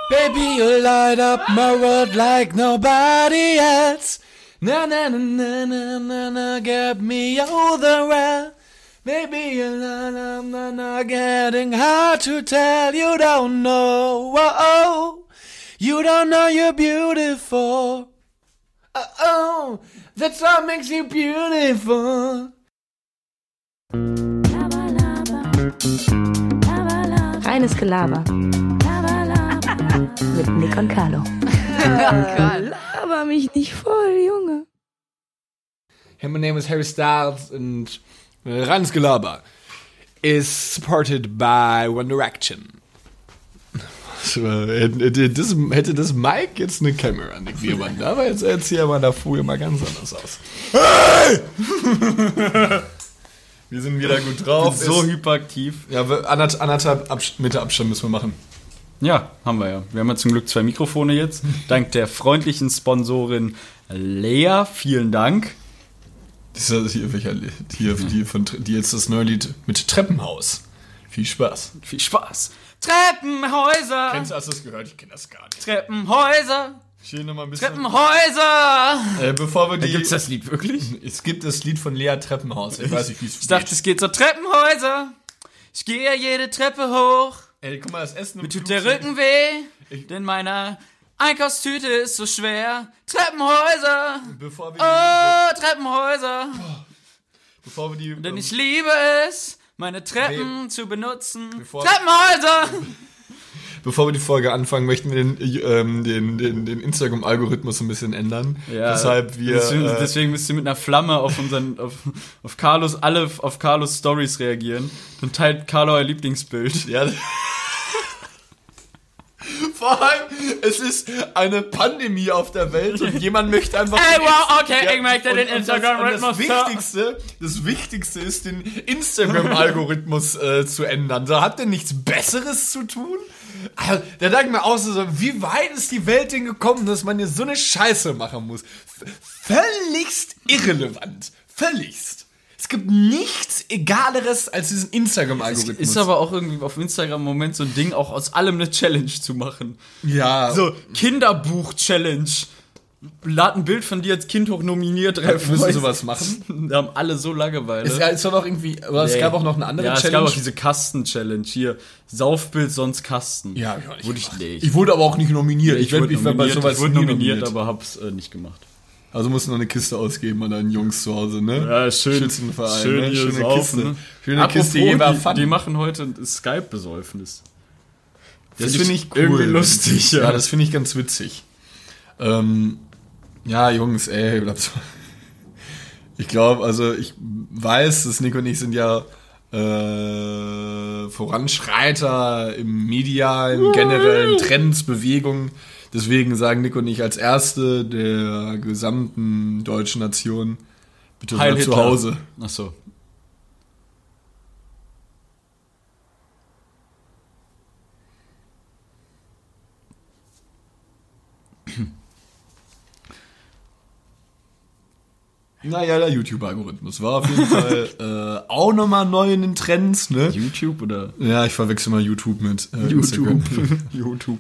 Baby, you light up my world like nobody else. Na na na na na na na, get me all the way. Baby, you na na na, getting hard to tell. You don't know, oh, you don't know you're beautiful. Oh, that's what makes you beautiful. Reines Gelaber. Mit Nick und Carlo. Laber mich nicht voll, Junge. Hey, my name is Harry Styles and Reines Gelaber is supported by One Direction. Hätte das Mike jetzt eine Kamera, Nick Biermann, aber jetzt erzähl er mal da früher mal ganz anders aus. Hey! Wir sind wieder gut drauf. So hyperaktiv. Ja, anderthalb Meter Abstand müssen wir machen. Ja, haben wir ja. Wir haben ja zum Glück 2 Mikrofone jetzt. Dank der freundlichen Sponsorin Lea. Vielen Dank. Das ist die jetzt das neue Lied mit Treppenhaus. Viel Spaß. Viel Spaß. Treppenhäuser. Hast du das gehört? Ich kenne das gar nicht. Treppenhäuser. Schön nochmal ein bisschen. Treppenhäuser. Bevor wir Gibt's das Lied wirklich? Es gibt das Lied von Lea Treppenhaus. Ich weiß nicht, wie es Ich dachte, es geht so Treppenhäuser. Ich gehe ja jede Treppe hoch. Ey, guck mal, das Essen Mir tut der Rücken weh, denn meine Einkaufstüte ist so schwer. Treppenhäuser. Treppenhäuser. Bevor wir die. Denn ich liebe es, meine Treppen zu benutzen. Treppenhäuser. Bevor wir die Folge anfangen, möchten wir den Instagram-Algorithmus ein bisschen ändern. Ja, weshalb wir. Deswegen müsst ihr mit einer Flamme auf Carlos Stories reagieren. Dann teilt Carlo euer Lieblingsbild. Ja. Vor allem, es ist eine Pandemie auf der Welt und jemand möchte einfach... Hey, wow, okay, ich möchte den Instagram-Rhythmus... Das Wichtigste ist, den Instagram-Algorithmus zu ändern. So, habt ihr nichts Besseres zu tun? Also, da denkt man auch so, wie weit ist die Welt denn gekommen, dass man hier so eine Scheiße machen muss? Völligst irrelevant. Völligst. Es gibt nichts Egaleres als diesen Instagram-Algorithmus. Es ist aber auch irgendwie auf Instagram im Moment so ein Ding, auch aus allem eine Challenge zu machen. Ja. So, Kinderbuch-Challenge. Lad ein Bild von dir als Kind hoch nominiert. Müssen wir sowas machen? Da haben alle so Langeweile. Es doch noch irgendwie, aber es gab auch noch eine andere Challenge. Ja, es gab auch diese Kasten-Challenge. Hier, Saufbild, sonst Kasten. Ja, ich auch nicht. Ich wurde aber auch nicht nominiert. Ich wurde nominiert, aber hab's nicht gemacht. Also musst du noch eine Kiste ausgeben an deinen Jungs zu Hause, ne? Ja, schön. Schützenverein, schön ne? Schöne saufen, Kiste. Ne? Schöne Kiste, die machen heute ein Skype-Besäufnis. Das finde ich cool. Irgendwie lustig, ja. Das finde ich ganz witzig. Ja, Jungs, ey, ich glaube, also ich weiß, dass Nick und ich sind ja Voranschreiter im medialen, generellen Trends, Bewegungen. Deswegen sagen Nick und ich als Erste der gesamten deutschen Nation, bitte bleib zu Hause. Ach so. Naja, der YouTube-Algorithmus war auf jeden Fall auch nochmal neu in den Trends, ne? YouTube oder? Ja, ich verwechsel mal YouTube mit YouTube.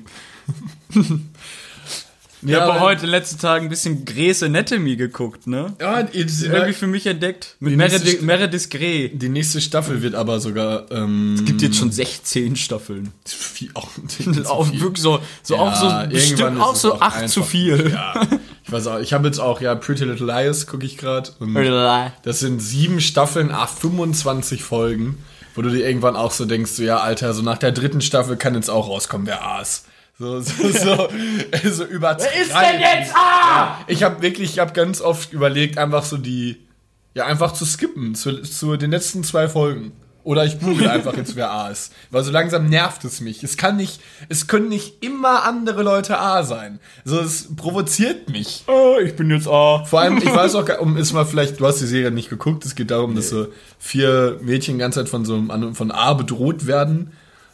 Ich habe heute in den letzten Tagen ein bisschen Grey's Anatomy geguckt, ne? Ja, irgendwie für mich entdeckt. Mit Meredith Grey. Die nächste Staffel wird aber sogar... es gibt jetzt schon 16 Staffeln. Auch wirklich so auch so bestimmt auch so 8 zu viel. Ja. Ich weiß auch, ich habe jetzt auch, Pretty Little Liars gucke ich gerade. Das sind 7 Staffeln, 25 Folgen, wo du dir irgendwann auch so denkst, so ja, Alter, so nach der 3. Staffel kann jetzt auch rauskommen, wer A's. So übertreiben. Wer ist denn jetzt Ich habe ganz oft überlegt, einfach so einfach zu skippen, zu den letzten 2 Folgen. Oder ich google einfach jetzt, wer A ist. Weil so langsam nervt es mich. Es können nicht immer andere Leute A sein. Also es provoziert mich. Oh, ich bin jetzt A. Vor allem, ich weiß auch, du hast die Serie nicht geguckt, es geht darum, dass so 4 Mädchen die ganze Zeit von A bedroht werden.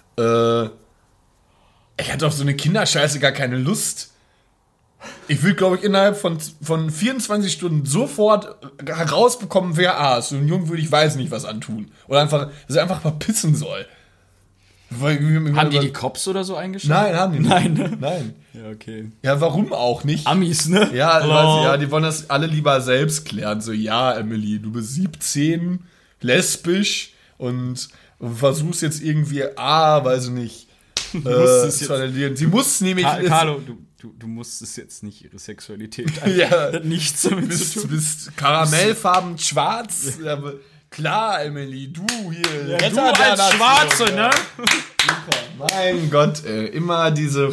Ich hatte auf so eine Kinderscheiße gar keine Lust. Ich will, glaube ich, innerhalb von 24 Stunden sofort herausbekommen, wer A ist. So ein Jungen würde ich weiß nicht was antun. Oder dass er einfach verpissen soll. Haben die Cops oder so eingeschaltet? Nein, haben die nicht. Nein, ne? Nein. Ja, okay. Ja, warum auch nicht? Amis, ne? Ja, Oh. ja, die wollen das alle lieber selbst klären. So, ja, Emily, du bist 17, lesbisch und versuchst jetzt irgendwie, weiß ich nicht, musst es zu analysieren. Sie muss nämlich... Carlo, du musstest jetzt nicht ihre Sexualität Ja. hat nichts damit zu Du tun. bist karamellfarben schwarz. Ja, aber klar, Emily, du hier. Ja, du Retter der als Nation, Schwarze, ja. ne? Mein Gott, immer diese...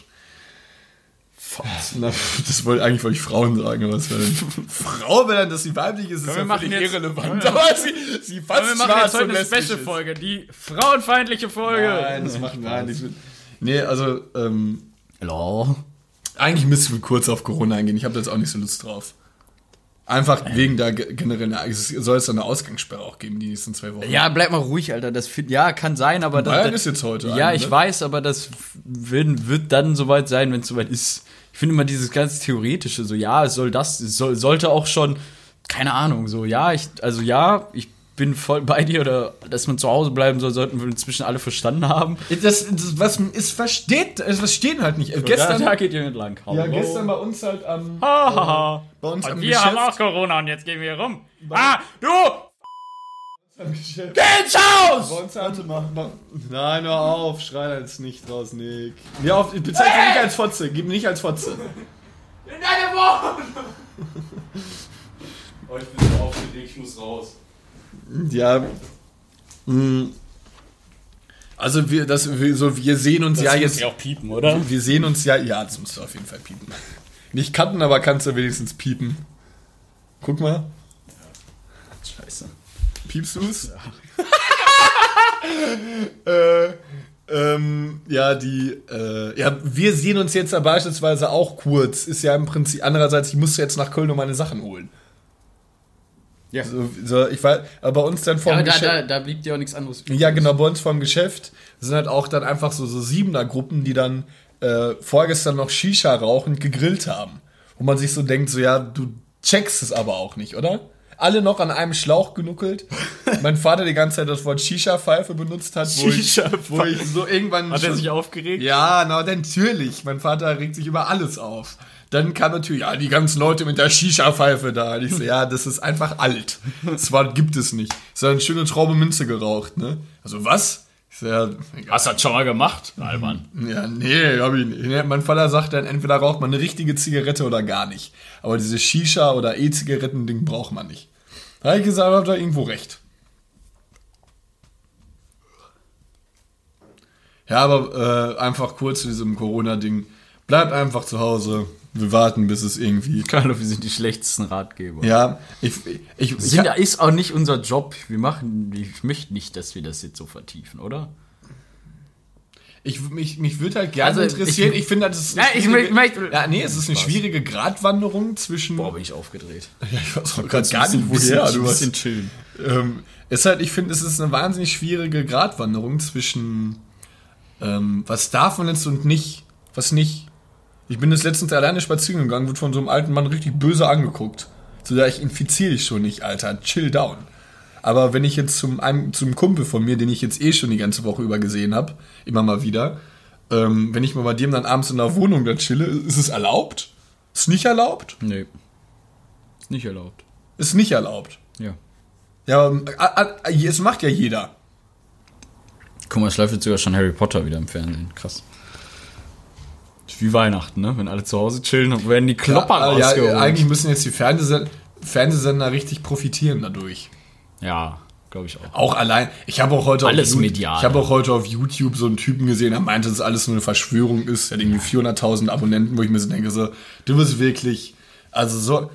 Na, eigentlich wollte ich Frauen sagen, aber was war denn? Frau, wenn das die weiblich ist, ist wir ja machen völlig jetzt- irrelevant. Aber sie fast Wir machen schwarz jetzt heute und eine lesbisch ist. Special-Folge, die frauenfeindliche Folge. Nein, das machen wir nicht. Nee, also, Hello. eigentlich müssen wir kurz auf Corona eingehen. Ich habe da jetzt auch nicht so Lust drauf. Einfach wegen der generellen es soll es eine Ausgangssperre auch geben, die nächsten 2 Wochen. Ja, bleib mal ruhig, Alter. Ja, kann sein, aber Bayern ist jetzt heute. Ja, eine, ich ne? weiß, aber das wird dann soweit sein, wenn es soweit ist. Ich finde immer dieses ganz Theoretische, so, ja, sollte auch schon, keine Ahnung, so, ja, ich bin voll bei dir, oder dass man zu Hause bleiben soll, sollten wir inzwischen alle verstanden haben. Es verstehen halt nicht. Da geht ihr entlang. Ja, gestern bei uns halt am Hahaha. bei uns am Und wir haben auch Geschäft. Corona und jetzt gehen wir hier rum. Du! Am Geschäft. Geh ins Haus! Bei uns Nein, hör auf, schrei jetzt nicht raus, Nick. Ja, bezeichne nicht als Fotze, gib nicht als Fotze. In deine Wohnung! Oh, ich bin so aufgeregt, ich muss raus. Ja. Also wir sehen uns ja jetzt. auch piepen, oder? Wir sehen uns ja. Ja, das musst du auf jeden Fall piepen. Nicht cutten, aber kannst du wenigstens piepen. Guck mal. Scheiße. Piepst du's? Ja. Wir sehen uns jetzt ja beispielsweise auch kurz. Ist ja im Prinzip, andererseits, ich musste jetzt nach Köln und meine Sachen holen. Ja. Ich war, aber bei uns dann vorm Geschäft. Da blieb dir auch nichts anderes übrig. Ja, genau, bei uns vorm Geschäft sind halt auch dann einfach so Siebener-Gruppen, die dann vorgestern noch Shisha rauchend gegrillt haben. Wo man sich so denkt, so, ja, du checkst es aber auch nicht, oder? Alle noch an einem Schlauch genuckelt. Mein Vater die ganze Zeit das Wort Shisha-Pfeife benutzt hat, wo ich so irgendwann... Hat er sich aufgeregt? Ja, natürlich. Mein Vater regt sich über alles auf. Dann kam natürlich, ja, die ganzen Leute mit der Shisha-Pfeife da. Und ich so, ja, das ist einfach alt. Das Wort gibt es nicht. So eine schöne Traube Münze geraucht, ne? Also, was? Ich so, ja, Hast du das schon mal gemacht? Albern. ja, nee, hab ich nicht. Nee, mein Vater sagt dann, entweder raucht man eine richtige Zigarette oder gar nicht. Aber diese Shisha- oder E-Zigaretten-Ding braucht man nicht. Da habe ich gesagt, habt ihr irgendwo recht. Ja, aber einfach kurz zu diesem Corona-Ding. Bleibt einfach zu Hause. Wir warten, bis es irgendwie... Carlo, wir sind die schlechtesten Ratgeber. Ja, Ist auch nicht unser Job. Ich möchte nicht, dass wir das jetzt so vertiefen, oder? mich würde halt gerne Also, interessieren. Ich finde, das ist eine Ja, es ist eine schwierige Gradwanderung zwischen... Boah, bin ich aufgedreht. Ja, ich weiß auch gerade gar nicht, woher du hast. chillen. Ich finde, es ist eine wahnsinnig schwierige Gratwanderung zwischen was darf man jetzt und nicht, was nicht. Ich bin das letztens alleine spazieren gegangen, wurde von so einem alten Mann richtig böse angeguckt. So, ja, ich infiziere dich schon nicht, Alter, chill down. Aber wenn ich jetzt zum Kumpel von mir, den ich jetzt schon die ganze Woche über gesehen habe, immer mal wieder, wenn ich mal bei dem dann abends in der Wohnung da chille, ist es erlaubt? Ist nicht erlaubt? Nee. Ist nicht erlaubt. Ist nicht erlaubt. Ja. Ja, aber es macht ja jeder. Guck mal, es läuft jetzt sogar schon Harry Potter wieder im Fernsehen. Krass. Wie Weihnachten, ne? Wenn alle zu Hause chillen, dann werden die Klopper rausgeholt. Ja, eigentlich müssen jetzt die Fernsehsender richtig profitieren dadurch. Ja, glaube ich auch. Auch allein, ich habe auch heute Alles medial. Ich habe auch heute auf YouTube so einen Typen gesehen, der meinte, dass alles nur eine Verschwörung ist. Er hat irgendwie 400.000 Abonnenten, wo ich mir so denke, so, du bist wirklich, also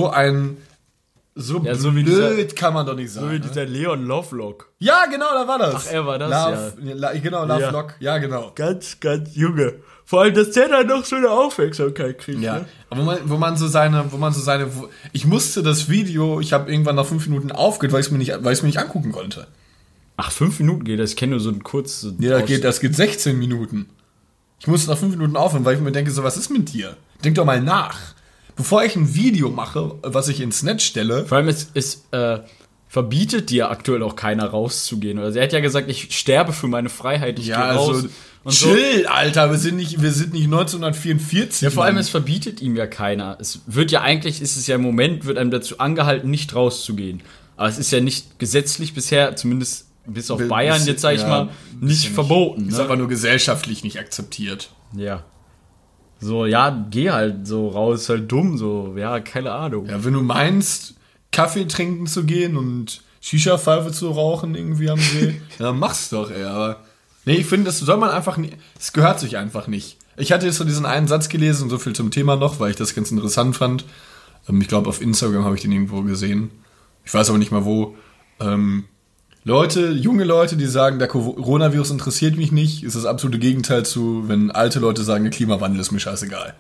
so blöd kann man doch nicht sein. So wie dieser Leon Lovelock. Ja, genau, da war das. Ach, er war das, Genau, Lovelock. Ja, genau. Ganz Junge. Vor allem, dass der dann noch so eine Aufmerksamkeit kriegt. Ja, Ne? wo man so seine, ich musste das Video, ich habe irgendwann nach 5 Minuten aufgehört, weil ich es mir nicht angucken konnte. Ach, 5 Minuten geht das? Ich kenne nur so ein kurzes... Ja, das geht 16 Minuten. Ich musste nach 5 Minuten aufhören, weil ich mir denke, so, was ist mit dir? Denk doch mal nach. Bevor ich ein Video mache, was ich ins Netz stelle. Vor allem ist verbietet dir aktuell auch keiner rauszugehen. Also er hat ja gesagt, ich sterbe für meine Freiheit, ich gehe raus. Also, und chill, Alter, wir sind nicht 1944. Ja, vor allem, Mann. es verbietet ihm ja keiner. Es wird ja eigentlich, ist es ja im Moment, wird einem dazu angehalten, nicht rauszugehen. Aber es ist ja nicht gesetzlich bisher, zumindest bis auf Bayern, jetzt sag ich mal, nicht verboten. Ist Ne? aber nur gesellschaftlich nicht akzeptiert. Ja. So, ja, geh halt so raus, halt dumm, so, ja, keine Ahnung. Ja, wenn du meinst, Kaffee trinken zu gehen und Shisha-Pfeife zu rauchen irgendwie am See, dann mach's doch, ey. Aber nee, ich finde, das soll man einfach nicht, es gehört sich einfach nicht. Ich hatte jetzt so diesen einen Satz gelesen, so viel zum Thema noch, weil ich das ganz interessant fand. Ich glaube, auf Instagram habe ich den irgendwo gesehen. Ich weiß aber nicht mal wo. Junge Leute, die sagen, der Coronavirus interessiert mich nicht, ist das absolute Gegenteil zu, wenn alte Leute sagen, der Klimawandel ist mir scheißegal.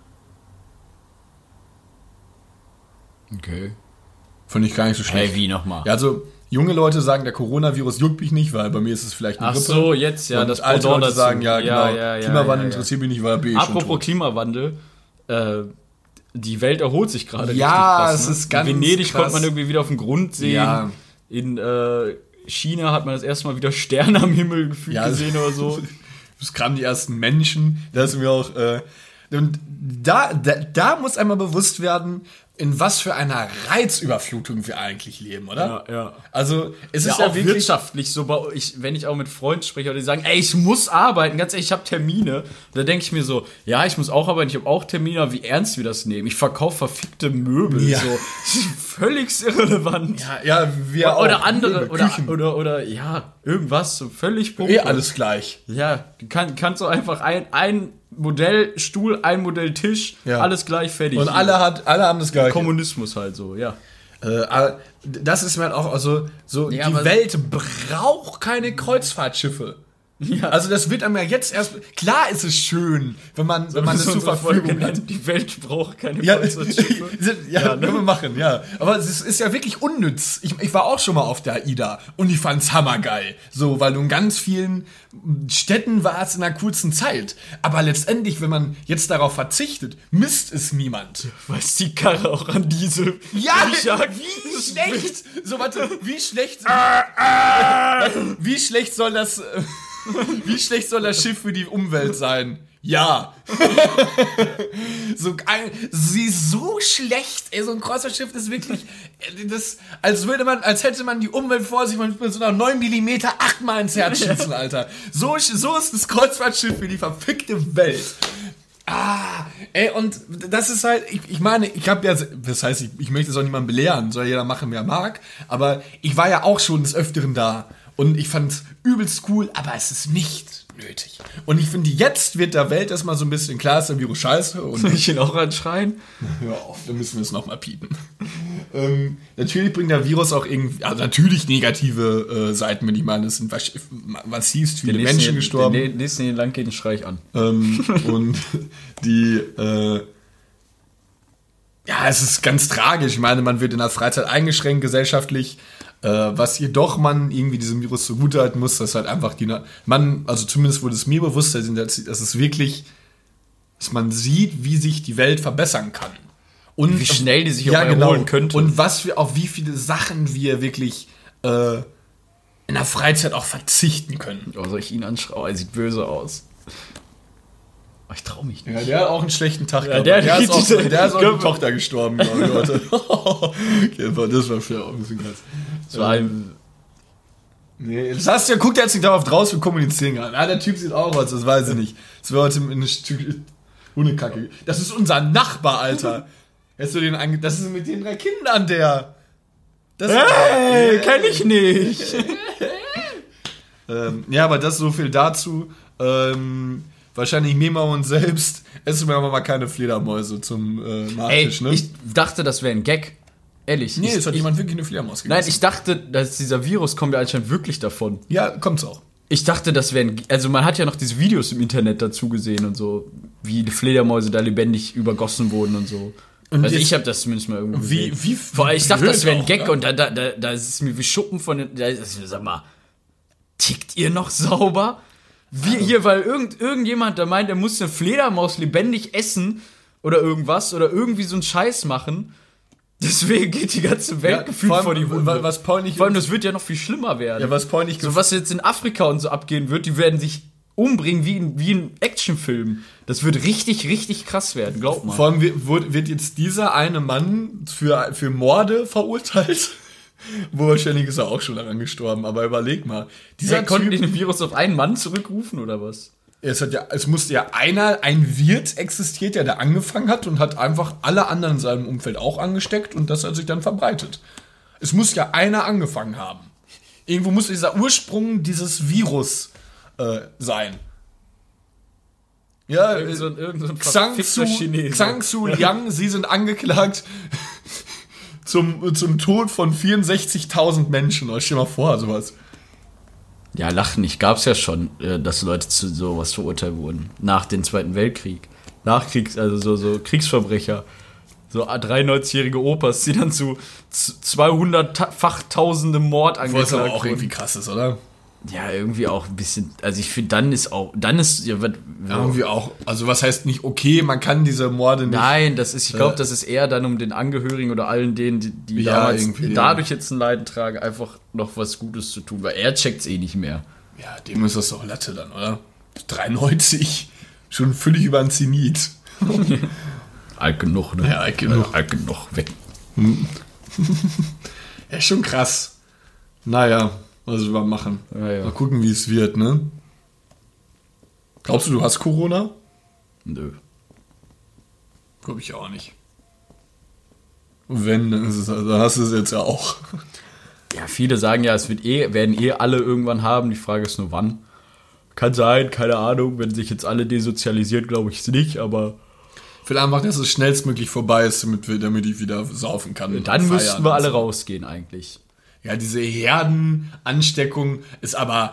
Okay. Finde ich gar nicht so schlecht. Hey, wie nochmal? Ja, also junge Leute sagen, der Coronavirus juckt mich nicht, weil bei mir ist es vielleicht eine Ach Grippe. so, jetzt, ja, und das alte Pendant Leute dazu. sagen, ja, genau, ja, Klimawandel interessiert mich nicht, weil bin ich schon Apropos tot. Klimawandel, die Welt erholt sich gerade richtig Ja, krass, es ne? ist ganz In Venedig krass. konnte man irgendwie wieder auf den Grund sehen. Ja. In China hat man das erste Mal wieder Sterne am Himmel gefühlt gesehen oder so. Es kamen die ersten Menschen, da ist mir auch und da muss einmal bewusst werden, in was für einer Reizüberflutung wir eigentlich leben, oder? Ja. Also, es Ja, ist ja auch wirklich wirtschaftlich so, wenn ich auch mit Freunden spreche, die sagen, ey, ich muss arbeiten, ganz ehrlich, ich habe Termine. Da denke ich mir so, ja, ich muss auch arbeiten, ich habe auch Termine, aber wie ernst wir das nehmen? Ich verkaufe verfickte Möbel, Ja. so. Das ist völlig irrelevant. ja, wir Oder auch. andere, Küchen. oder ja, irgendwas, so völlig Pumpe. Alles gleich. Ja, du kannst so einfach ein Modell Stuhl, ein Modell Tisch, Ja. alles gleich fertig. Und alle haben das gleiche. Kommunismus halt so, ja. Aber das ist mir halt auch, also, so, Ja, die aber- Welt braucht keine Kreuzfahrtschiffe. Ja. Also das wird einem ja jetzt erst, klar ist es schön, wenn man das zur Verfügung hat. Die Welt braucht keine Ja, Kreuzfahrtschiffe. können wir machen, ja. Aber es ist ja wirklich unnütz. Ich war auch schon mal auf der AIDA und ich fand's hammergeil. So, weil du in ganz vielen Städten warst in einer kurzen Zeit. Aber letztendlich, wenn man jetzt darauf verzichtet, misst es niemand. Weiß die Karre auch an Diesel. Ja, Richard, wie schlecht. So, warte, wie schlecht. Wie schlecht soll das. Wie schlecht soll das Schiff für die Umwelt sein? Ja. Sie ist so schlecht, ey, so ein Kreuzfahrtschiff ist wirklich, als hätte man die Umwelt vor sich mit so einer 9 mm 8-mal ins Herz schießen, Alter. So ist das Kreuzfahrtschiff für die verfickte Welt. Ey, und das ist halt, ich meine, ich habe ja, das heißt, ich möchte es auch niemandem belehren, soll jeder machen, wer mag, aber ich war ja auch schon des Öfteren da und ich fand's übelst cool, aber es ist nicht nötig. Und ich finde, jetzt wird der Welt erstmal so ein bisschen klar, ist der Virus scheiße und Soll ich ihn auch anschreien? hör auf, dann müssen wir es nochmal piepen. Natürlich bringt der Virus auch irgendwie, also natürlich negative Seiten, wenn ich meine, es sind massivst viele Menschen gestorben. Den nächsten, den lang geht, den schrei ich an. Und die, ja, es ist ganz tragisch. Ich meine, man wird in der Freizeit eingeschränkt gesellschaftlich. Was jedoch man irgendwie diesem Virus zugutehalten muss, dass halt einfach also zumindest wurde es mir bewusst, dass es wirklich, dass man sieht, wie sich die Welt verbessern kann. Und Wie schnell die sich auch erholen könnte. Und auf wie viele Sachen wir wirklich in der Freizeit auch verzichten können. Oh, soll ich ihn anschreien? Oh, er sieht böse aus. Oh, ich trau mich nicht. Ja, der hat auch einen schlechten Tag gehabt. der ist auch hat die Tochter gestorben, glaube ich, heute. Okay, das war vielleicht auch ein bisschen krass. Das war ein Nee, das hast du ja, guckt jetzt nicht darauf draus, wir kommunizieren gerade. Der Typ sieht auch aus, das weiß ich nicht. Das war heute in eine Hundekacke. Das ist unser Nachbar, Alter. Hast du den das ist mit den 3 Kindern, der. Hey, kenn ich nicht. Ja, aber das so viel dazu. Wahrscheinlich nehmen wir uns selbst. Essen wir aber mal keine Fledermäuse zum Nachtisch, ne? Ich dachte, das wäre ein Gag. Ehrlich. Nee, es hat jemand wirklich eine Fledermaus gegessen. Nein, ich dachte, dass dieser Virus kommt ja anscheinend wirklich davon. Ja, kommt's auch. Ich dachte, das wären, also man hat ja noch diese Videos im Internet dazu gesehen und so, wie die Fledermäuse da lebendig übergossen wurden und so. Und Also jetzt- ich habe das zumindest mal irgendwo gesehen. Wie Vor allem, ich dachte, das wäre ein blöd Gag auch, und da ist es mir wie Schuppen von den, sag mal, tickt ihr noch sauber? Wie hier, weil irgendjemand da meint, er muss eine Fledermaus lebendig essen oder irgendwas oder irgendwie so einen Scheiß machen. Deswegen geht die ganze Welt gefühlt vor die Hunde. Was Paul nicht... Vor allem, das wird ja noch viel schlimmer werden. Ja, was Paul nicht... So was jetzt in Afrika und so abgehen wird, die werden sich umbringen wie in Actionfilm. Das wird richtig, richtig krass werden, glaub mal. Vor allem wird jetzt dieser eine Mann für Morde verurteilt. Wo wahrscheinlich ist er auch schon daran gestorben, aber überleg mal. Dieser konnte den Virus auf einen Mann zurückrufen, oder was? Es musste ja ein Wirt existiert, der angefangen hat und hat einfach alle anderen in seinem Umfeld auch angesteckt und das hat sich dann verbreitet. Es muss ja einer angefangen haben. Irgendwo muss dieser Ursprung dieses Virus sein. Ja, irgend so ein Zhang Su Liang, Sie sind angeklagt zum Tod von 64.000 Menschen. Stell dir mal vor, sowas. Ja, lach nicht. Gab's ja schon, dass Leute zu sowas verurteilt wurden. Nach dem Zweiten Weltkrieg. Also so Kriegsverbrecher. So 93-jährige Opas, die dann zu 200-fach tausende Mord angeklagt wurden. Was aber auch irgendwie krass ist, oder? Ja, irgendwie auch ein bisschen, also ich finde, dann ist ja, irgendwie auch, also was heißt nicht okay, man kann diese Morde nicht. Nein, ich glaube, das ist eher dann um den Angehörigen oder allen denen, die ja, damals dadurch jetzt ein Leiden tragen, einfach noch was Gutes zu tun, weil er checkt's eh nicht mehr. Ja, dem ist das doch Latte dann, oder? 93, schon völlig über den Zenit. Alt genug, ne? Ja, alt genug. Alt genug, weg. Ja, schon krass. Naja. Was wir mal machen. Ja. Mal gucken, wie es wird, ne? Glaubst du hast Corona? Nö. Glaube ich auch nicht. Und wenn, dann hast du es jetzt ja auch. Ja, viele sagen ja, werden alle irgendwann haben. Die Frage ist nur, wann. Kann sein, keine Ahnung. Wenn sich jetzt alle desozialisieren, glaube ich es nicht, aber... Vielleicht einfach, dass es schnellstmöglich vorbei ist, damit ich wieder saufen kann. Dann müssten wir alle rausgehen, eigentlich. Ja, diese Herdenansteckung ist aber,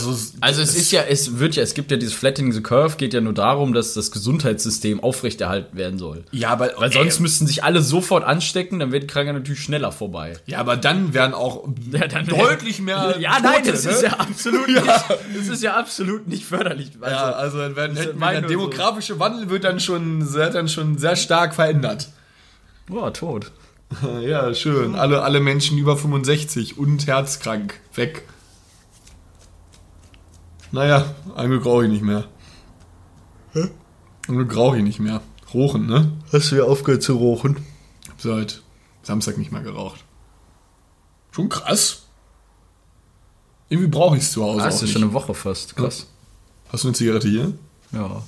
es gibt ja dieses Flattening the Curve, geht ja nur darum, dass das Gesundheitssystem aufrechterhalten werden soll. Ja, aber... Weil sonst müssten sich alle sofort anstecken, dann wird die Krankheit natürlich schneller vorbei. Ja, aber dann werden auch deutlich mehr Tote, das ist ja absolut nicht, das ist ja absolut nicht förderlich. Also der demografische Wandel wird dann schon sehr stark verändert. Boah, tot. Ja, schön. Alle Menschen über 65 und herzkrank. Weg. Naja, ein Glück rauche ich nicht mehr. Hä? Ein Glück rauche ich nicht mehr. Rochen, ne? Hast du ja aufgehört zu rauchen? Hab seit Samstag nicht mehr geraucht. Schon krass. Irgendwie brauche ich es zu Hause. Das ist schon eine Woche fast. Krass. Hast du eine Zigarette hier? Ja.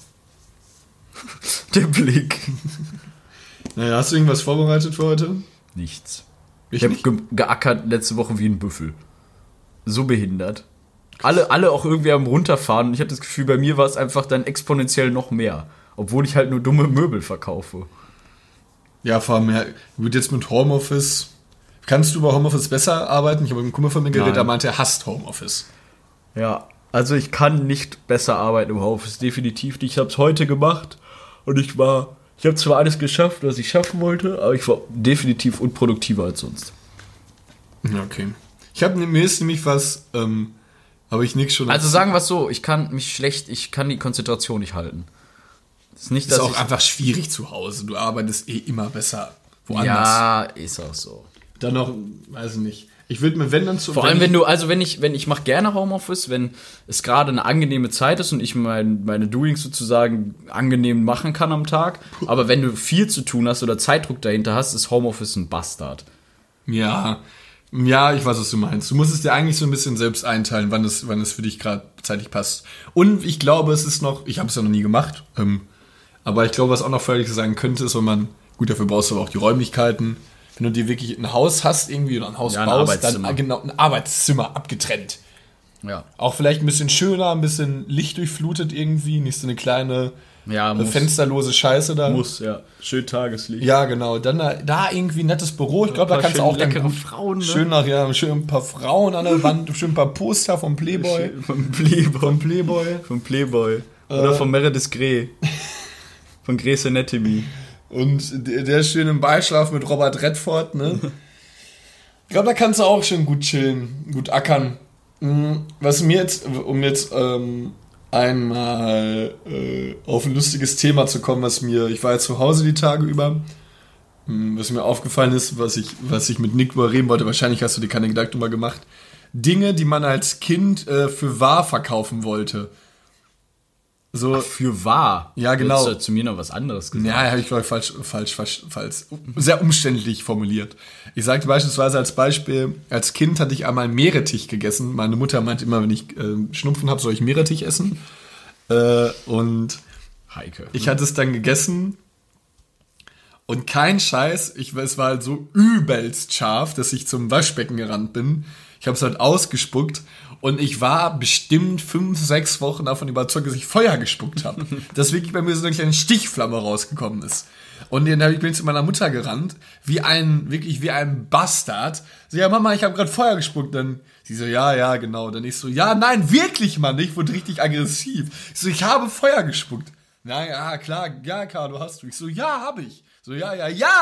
Der Blick. Naja, hast du irgendwas vorbereitet für heute? Nichts. Ich habe geackert letzte Woche wie ein Büffel. So behindert. Alle auch irgendwie am runterfahren. Und ich habe das Gefühl, bei mir war es einfach dann exponentiell noch mehr. Obwohl ich halt nur dumme Möbel verkaufe. Ja, vor allem, gut, jetzt mit Homeoffice. Kannst du bei Homeoffice besser arbeiten? Ich habe mit einem Kumpel von mir geredet, der meinte, er hasst Homeoffice. Ja, also ich kann nicht besser arbeiten im Homeoffice. Definitiv nicht. Ich habe es heute gemacht. Und ich habe zwar alles geschafft, was ich schaffen wollte, aber ich war definitiv unproduktiver als sonst. Okay. Mir ist nämlich was, habe ich nichts schon... Also sagen wir es so, ich kann die Konzentration nicht halten. Das ist auch einfach schwierig zu Hause. Du arbeitest immer besser woanders. Ja, ist auch so. Dann noch, weiß ich nicht. Ich würde mir, wenn dann zu... Vor allem, ich mache gerne Homeoffice, wenn es gerade eine angenehme Zeit ist und ich meine Doings sozusagen angenehm machen kann am Tag. Aber wenn du viel zu tun hast oder Zeitdruck dahinter hast, ist Homeoffice ein Bastard. Ja, ich weiß, was du meinst. Du musst es dir eigentlich so ein bisschen selbst einteilen, wann es für dich gerade zeitlich passt. Und ich glaube, es ist noch, ich habe es ja noch nie gemacht, aber ich glaube, was auch noch völlig sein könnte, ist, wenn man, gut, dafür brauchst du aber auch die Räumlichkeiten. Wenn du dir wirklich ein Haus hast irgendwie oder ein Haus baust, dann ein Arbeitszimmer abgetrennt. Ja. Auch vielleicht ein bisschen schöner, ein bisschen lichtdurchflutet irgendwie, nicht so eine kleine fensterlose Scheiße da. Muss, ja. Schön Tageslicht. Ja, genau. Dann da irgendwie ein nettes Büro. Ich glaube, da kannst du auch leckere Frauen, ne? Schön ein paar Frauen an der Wand, schön ein paar Poster vom Playboy. Vom Playboy. Oder von Meredith Grey. Von Grey's Anatomy. Und der schön im Beischlaf mit Robert Redford, ne? Ich glaube, da kannst du auch schön gut chillen, gut ackern. Was mir jetzt, einmal auf ein lustiges Thema zu kommen, ich war jetzt zu Hause die Tage über Was mir aufgefallen ist, was ich mit Nick drüber reden wollte, wahrscheinlich hast du dir keine Gedanken drüber gemacht. Dinge, die man als Kind für wahr verkaufen wollte. So, Für wahr. Ja, genau. Du hast zu mir noch was anderes gesagt. ja, habe ich glaube ich falsch, sehr umständlich formuliert. Ich sagte beispielsweise als Beispiel, als Kind hatte ich einmal Meerrettich gegessen. Meine Mutter meint immer, wenn ich Schnupfen habe, soll ich Meerrettich essen. Und Heike. ich hatte es dann gegessen und kein Scheiß, es war halt so übelst scharf, dass ich zum Waschbecken gerannt bin. Ich habe es halt ausgespuckt und ich war bestimmt 5, 6 Wochen davon überzeugt, dass ich Feuer gespuckt habe. Dass wirklich bei mir so eine kleine Stichflamme rausgekommen ist. Und dann bin ich zu meiner Mutter gerannt, wirklich wie ein Bastard. So, ja Mama, ich habe gerade Feuer gespuckt. Dann sie so, ja, genau. Dann ich so, ja, nein, wirklich, Mann. Ich wurde richtig aggressiv. Ich so, ich habe Feuer gespuckt. Na ja, klar, ja, Carlo, hast du. Ich so, ja, habe ich. So, ja,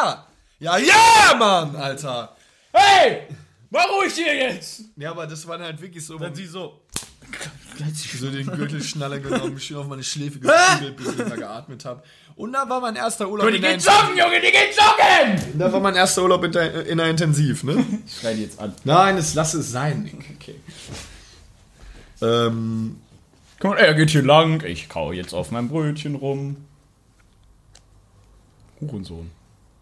Mann, Alter. Hey! Mach ruhig hier jetzt! Ja, aber das war halt wirklich so. Dann sie so. So den Gürtelschnaller genommen, schön auf meine Schläfe geprügelt, bis ich da geatmet habe. Und da war mein erster Urlaub Die geht joggen, Junge, die geht joggen! Da war mein erster Urlaub in der Intensiv, ne? Ich schrei die jetzt an. Nein, lass es sein, Nick. Okay. Guck mal, er geht hier lang, ich kau jetzt auf meinem Brötchen rum. Hurensohn.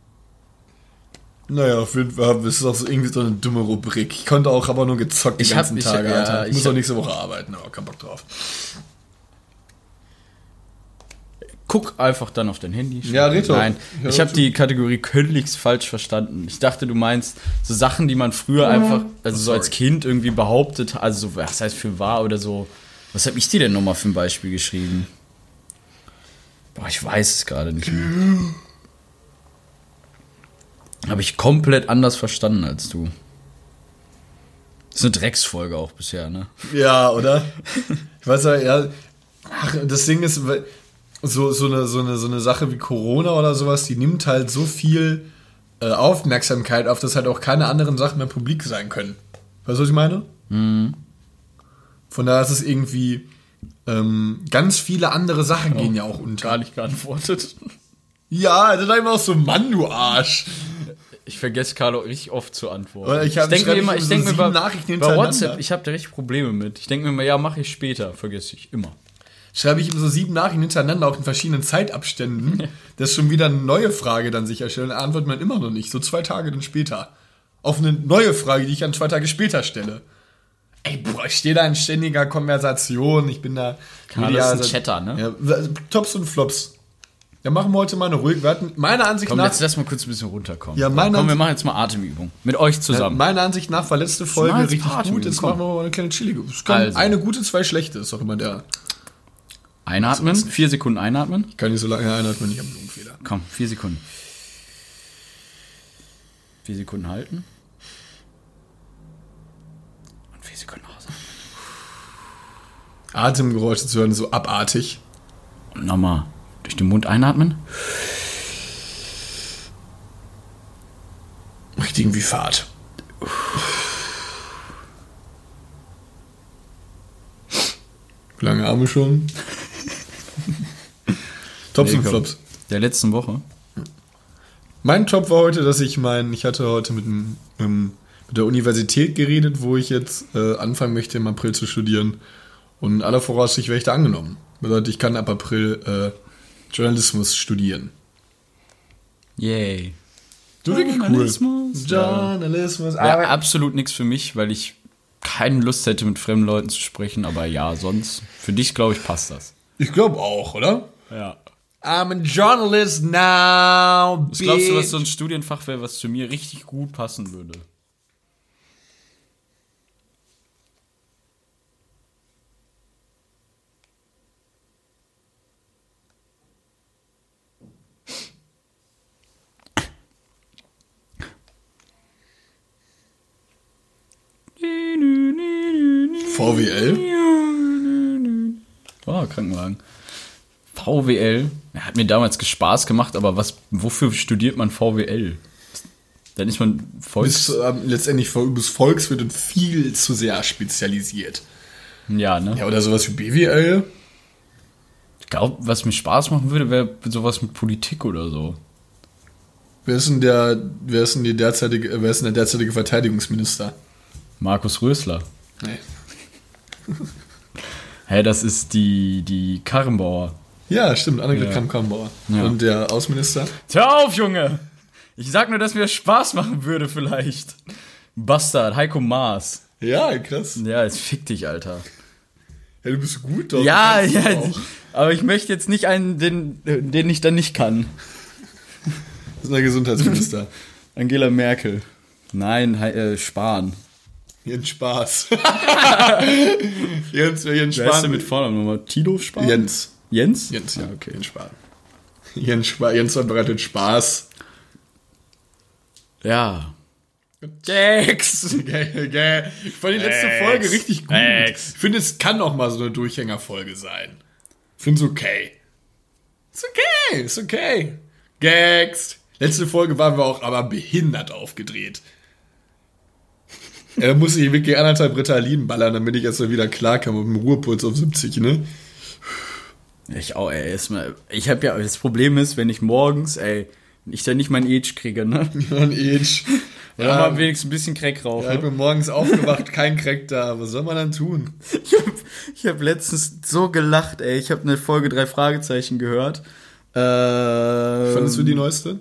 Naja, auf jeden Fall, es ist auch so irgendwie so eine dumme Rubrik. Ich konnte auch aber nur gezockt die ganzen Tage, Alter. Ich muss auch nächste Woche arbeiten, aber kein Bock drauf. Guck einfach dann auf dein Handy. Ja, Rito. Nein, ich habe die Kategorie kündigst falsch verstanden. Ich dachte, du meinst so Sachen, die man früher einfach, also so als Kind irgendwie behauptet, also so, was heißt für wahr oder so. Was habe ich dir denn nochmal für ein Beispiel geschrieben? Boah, ich weiß es gerade nicht mehr. Habe ich komplett anders verstanden als du. Das ist eine Drecksfolge auch bisher, ne? Ja, oder? Ich weiß ja, ach, das Ding ist, so eine Sache wie Corona oder sowas, die nimmt halt so viel Aufmerksamkeit auf, dass halt auch keine anderen Sachen mehr publik sein können. Weißt du, was ich meine? Mhm. Von daher ist es irgendwie ganz viele andere Sachen gehen ja auch unter. Gar nicht geantwortet. Ja, dann einfach auch so, Mann, du Arsch. Ich vergesse Carlo richtig oft zu antworten. Ich denke mir immer, bei WhatsApp, ich habe da richtig Probleme mit. Ich denke mir immer, ja, mache ich später, vergesse ich immer. Schreibe ich ihm so 7 Nachrichten hintereinander, auch in verschiedenen Zeitabständen. Das ist schon wieder eine neue Frage dann sicherstellen. Antwortet man immer noch nicht, so 2 Tage dann später. Auf eine neue Frage, die ich dann 2 Tage später stelle. Ey, boah, ich stehe da in ständiger Konversation. Ich bin da... Carlo ist ein Chatter, ne? Ja, Tops und Flops. Ja, machen wir heute mal eine ruhige. Wir hatten meiner Ansicht nach... Jetzt lass mal kurz ein bisschen runterkommen. Ja, wir machen jetzt mal Atemübung. Mit euch zusammen. Meiner Ansicht nach war letzte Folge richtig gut. Jetzt machen wir mal eine kleine chillige. Eine gute, 2 schlechte. Ist doch immer der... Einatmen. 4 Sekunden einatmen. Ich kann nicht so lange einatmen, ich habe einen Lungenfehler. Komm, 4 Sekunden. 4 Sekunden halten. Und 4 Sekunden ausatmen. Atemgeräusche zu hören, so abartig. Und nochmal durch den Mund einatmen. Richtig irgendwie Fahrt. Lange Arme schon. Tops und Flops. Der letzten Woche. Mein Top war heute, dass ich hatte heute mit der Universität geredet, wo ich jetzt anfangen möchte, im April zu studieren. Und aller Voraussicht werde ich da angenommen. Bedeutet, ich kann ab April Journalismus studieren. Yay. Du wirklich Journalismus. Cool. Journalismus. Wäre absolut nichts für mich, weil ich keine Lust hätte, mit fremden Leuten zu sprechen. Aber ja, sonst, für dich, glaube ich, passt das. Ich glaube auch, oder? Ja. I'm a journalist now, Was glaubst du, was so ein Studienfach wäre, was zu mir richtig gut passen würde? VWL? Oh, Krankenwagen. VWL? Ja, hat mir damals Spaß gemacht, aber wofür studiert man VWL? Dann ist man letztendlich bis Volkswirt und viel zu sehr spezialisiert. Ja, ne? Ja, oder sowas wie BWL. Ich glaube, was mir Spaß machen würde, wäre sowas mit Politik oder so. Wer ist denn der derzeitige Verteidigungsminister? Markus Rösler. Nee. Hä, das ist die Karrenbauer. Ja, stimmt, Annegret Ja. Kramp-Karrenbauer. Ja. Und der Außenminister? Hör auf, Junge! Ich sag nur, dass mir das Spaß machen würde, vielleicht. Bastard, Heiko Maas. Ja, krass. Ja, jetzt fick dich, Alter. Ja, du bist gut, doch. Ja, Du kannst ja, es auch. aber ich möchte jetzt nicht einen, den ich dann nicht kann. Das ist der Gesundheitsminister. Angela Merkel. Nein, Spahn. Jens Spaß. Jens Wer ist Spahn. denn mit Vornamen nochmal? Tilo Spahn? Jens. Jens? Jens, ja, okay. Jens Spahn. Jens verbreitet Spaß. Ja. Gags! Ich fand die letzte Gags. Folge richtig gut. Gags. Ich finde, es kann auch mal so eine Durchhängerfolge sein. Ich finde es okay. Ist okay. Gags. Letzte Folge waren wir auch aber behindert aufgedreht. Da muss ich wirklich 1,5 Ritalin ballern, damit ich jetzt mal wieder klarkomme mit dem Ruhepuls auf 70, ne? Ich auch, ey. Ich hab ja, das Problem ist, wenn ich morgens, wenn ich dann nicht mein Age kriege, ne? Ein Age. Oder mal wenigstens ein bisschen Crack rauche. Ja, ich bin morgens aufgewacht, kein Crack da. Was soll man dann tun? Ich hab letztens so gelacht, ey. Ich hab eine Folge 3 Fragezeichen gehört. Fandest du die neueste?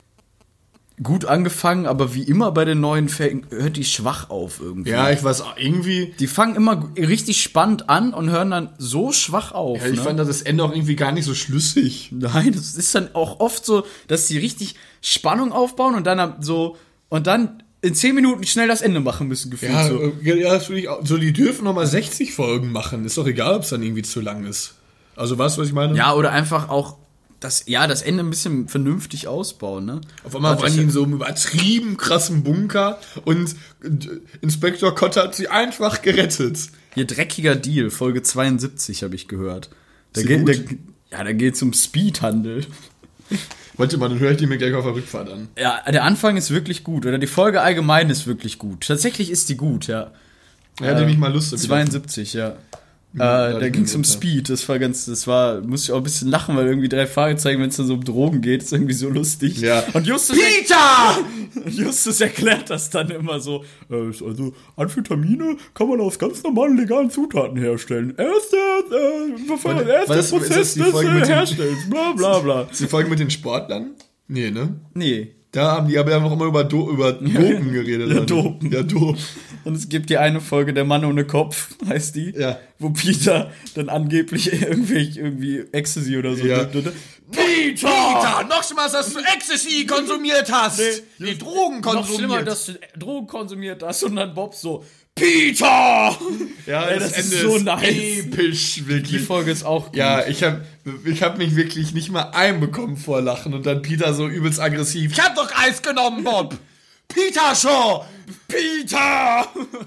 Gut angefangen, aber wie immer bei den neuen Fällen hört die schwach auf irgendwie. Ja, ich weiß auch, irgendwie. Die fangen immer richtig spannend an und hören dann so schwach auf. Ja, ich ne? fand das Ende auch irgendwie gar nicht so schlüssig. Nein, das ist dann auch oft so, dass die richtig Spannung aufbauen und dann in 10 Minuten schnell das Ende machen müssen, gefühlt Ja, so. ja, das finde ich auch. So, die dürfen noch mal 60 Folgen machen. Ist doch egal, ob es dann irgendwie zu lang ist. Also, weißt du, was ich meine? Ja, oder einfach auch das Ende ein bisschen vernünftig ausbauen, ne? Auf einmal waren die in so einem übertrieben krassen Bunker und Inspektor Kotter hat sie einfach gerettet. Hier dreckiger Deal, Folge 72 habe ich gehört. Da Ist geht die gut? da geht's um Speedhandel. Warte mal, dann höre ich die mir gleich auf der Rückfahrt an. Ja, der Anfang ist wirklich gut oder die Folge allgemein ist wirklich gut. Tatsächlich ist die gut, ja. Ja, nehme ich mal Lust. 72, ja. Ja, Da die ging es um ja. Speed, musste ich auch ein bisschen lachen, weil irgendwie 3 Fragezeichen, wenn es dann so um Drogen geht, ist irgendwie so lustig. Ja. Und Justus erklärt das dann immer so, also Amphetamine kann man aus ganz normalen legalen Zutaten herstellen. Erster ist Prozess das die des Folge mit den- Herstellens, bla bla bla. Ist die Folge mit den Sportlern? Nee, ne? Nee. Da haben die aber noch immer über Dopen geredet. Ja, dann. Dopen. Ja, Dopen. Und es gibt die eine Folge, der Mann ohne Kopf, heißt die, Ja. wo Peter dann angeblich irgendwie Ecstasy oder so Ja. nimmt. Oder? Peter, noch schlimmer, dass du Ecstasy konsumiert hast. Nee, Drogen Noch schlimmer, dass du Drogen konsumiert hast und dann Bob so, Peter! Ja, Ey, das ist so nice. episch, wirklich. Die Folge ist auch gut. Ja, ich hab mich wirklich nicht mal einbekommen vor Lachen und dann Peter so übelst aggressiv. Ich hab doch Eis genommen, Bob! Peter Shaw! Peter!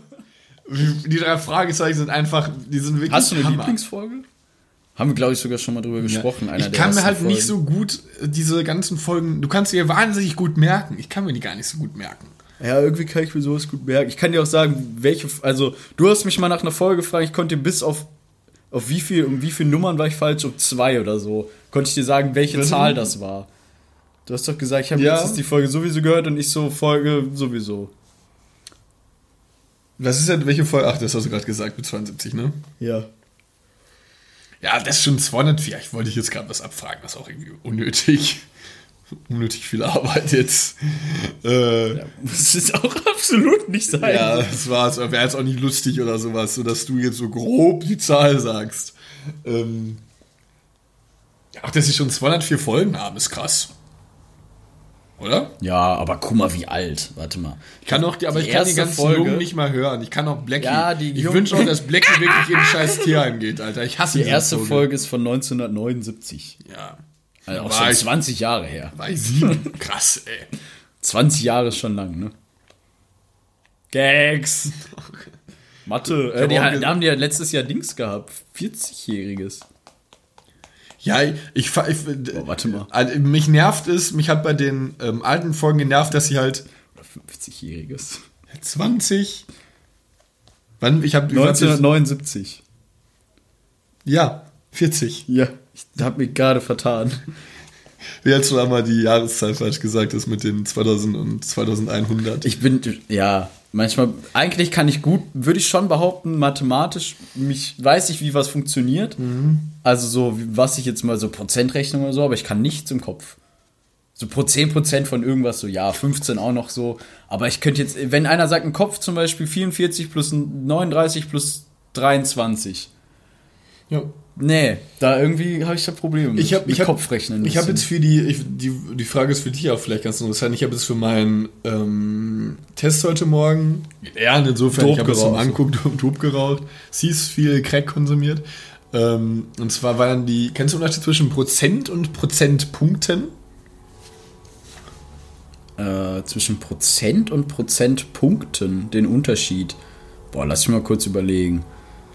Die 3 Fragezeichen sind einfach, die sind wirklich Hast du eine Hammer. Lieblingsfolge? Haben wir, glaube ich, sogar schon mal drüber gesprochen. Einer Ich der kann mir ersten halt nicht Folgen. so gut diese ganzen Folgen, du kannst dir wahnsinnig gut merken. Ich kann mir die gar nicht so gut merken. Ja, irgendwie kann ich mir sowas gut merken. Ich kann dir auch sagen, du hast mich mal nach einer Folge gefragt, ich konnte dir bis auf wie viel Nummern war ich falsch, um 2 oder so, konnte ich dir sagen, welche Was? Zahl das war. Du hast doch gesagt, ich habe Ja. letztens die Folge sowieso gehört und ich so, Folge sowieso. Was ist denn, welche Folge? Ach, das hast du gerade gesagt mit 72, ne? Ja. Ja, das ist schon 204. Ich wollte dich jetzt gerade was abfragen, das ist auch irgendwie unnötig. Unnötig viel Arbeit jetzt. Ja, muss es auch absolut nicht sein. Ja, das war's. Wäre jetzt auch nicht lustig oder sowas, sodass du jetzt so grob die Zahl sagst. Ach, dass sie schon 204 Folgen haben, ist krass. Oder? Ja, aber guck mal, wie alt. Warte mal. Ich kann die erste ganzen Folge- Jungen nicht mal hören. Ich kann auch Blackie. Ja, die ich Jungen- wünsche auch, dass Blackie wirklich in ein scheiß Tierheim geht, Alter. Ich hasse Die diese erste Folge ist von 1979. Ja. Also auch War schon ich- 20 Jahre her. War ich 7. Krass, ey. 20 Jahre ist schon lang, ne? Gags. Mathe. hab auch Da haben die ja letztes Jahr Dings gehabt. 40-Jähriges. Ja, warte mal. Also, mich nervt es, mich hat bei den alten Folgen genervt, dass sie halt Oder 50-Jähriges. 20. Wann? Ich habe 1979. Ja, 40. Ja, ich hab mich gerade vertan. Wie hast du einmal die Jahreszahl falsch gesagt, das mit den 2000 und 2100? Manchmal, eigentlich würde ich schon behaupten, mathematisch, weiß ich, wie was funktioniert. Also so, was ich jetzt mal so Prozentrechnung oder so, aber ich kann nichts im Kopf. So 10% von irgendwas, so 15 auch noch so. Aber ich könnte jetzt, wenn einer sagt, im Kopf zum Beispiel 44 plus 39 plus 23. Ja. Nee, da irgendwie habe ich da Probleme mit Kopfrechnen. Ich habe jetzt die Frage ist für dich auch vielleicht ganz interessant. Ich habe jetzt für meinen Test heute Morgen, insofern, ich habe es mal angeguckt, Dope geraucht, sie ist viel Crack konsumiert. Und zwar waren kennst du den Unterschied zwischen Prozent und Prozentpunkten? Zwischen Prozent und Prozentpunkten, den Unterschied. Boah, lass mich mal kurz überlegen.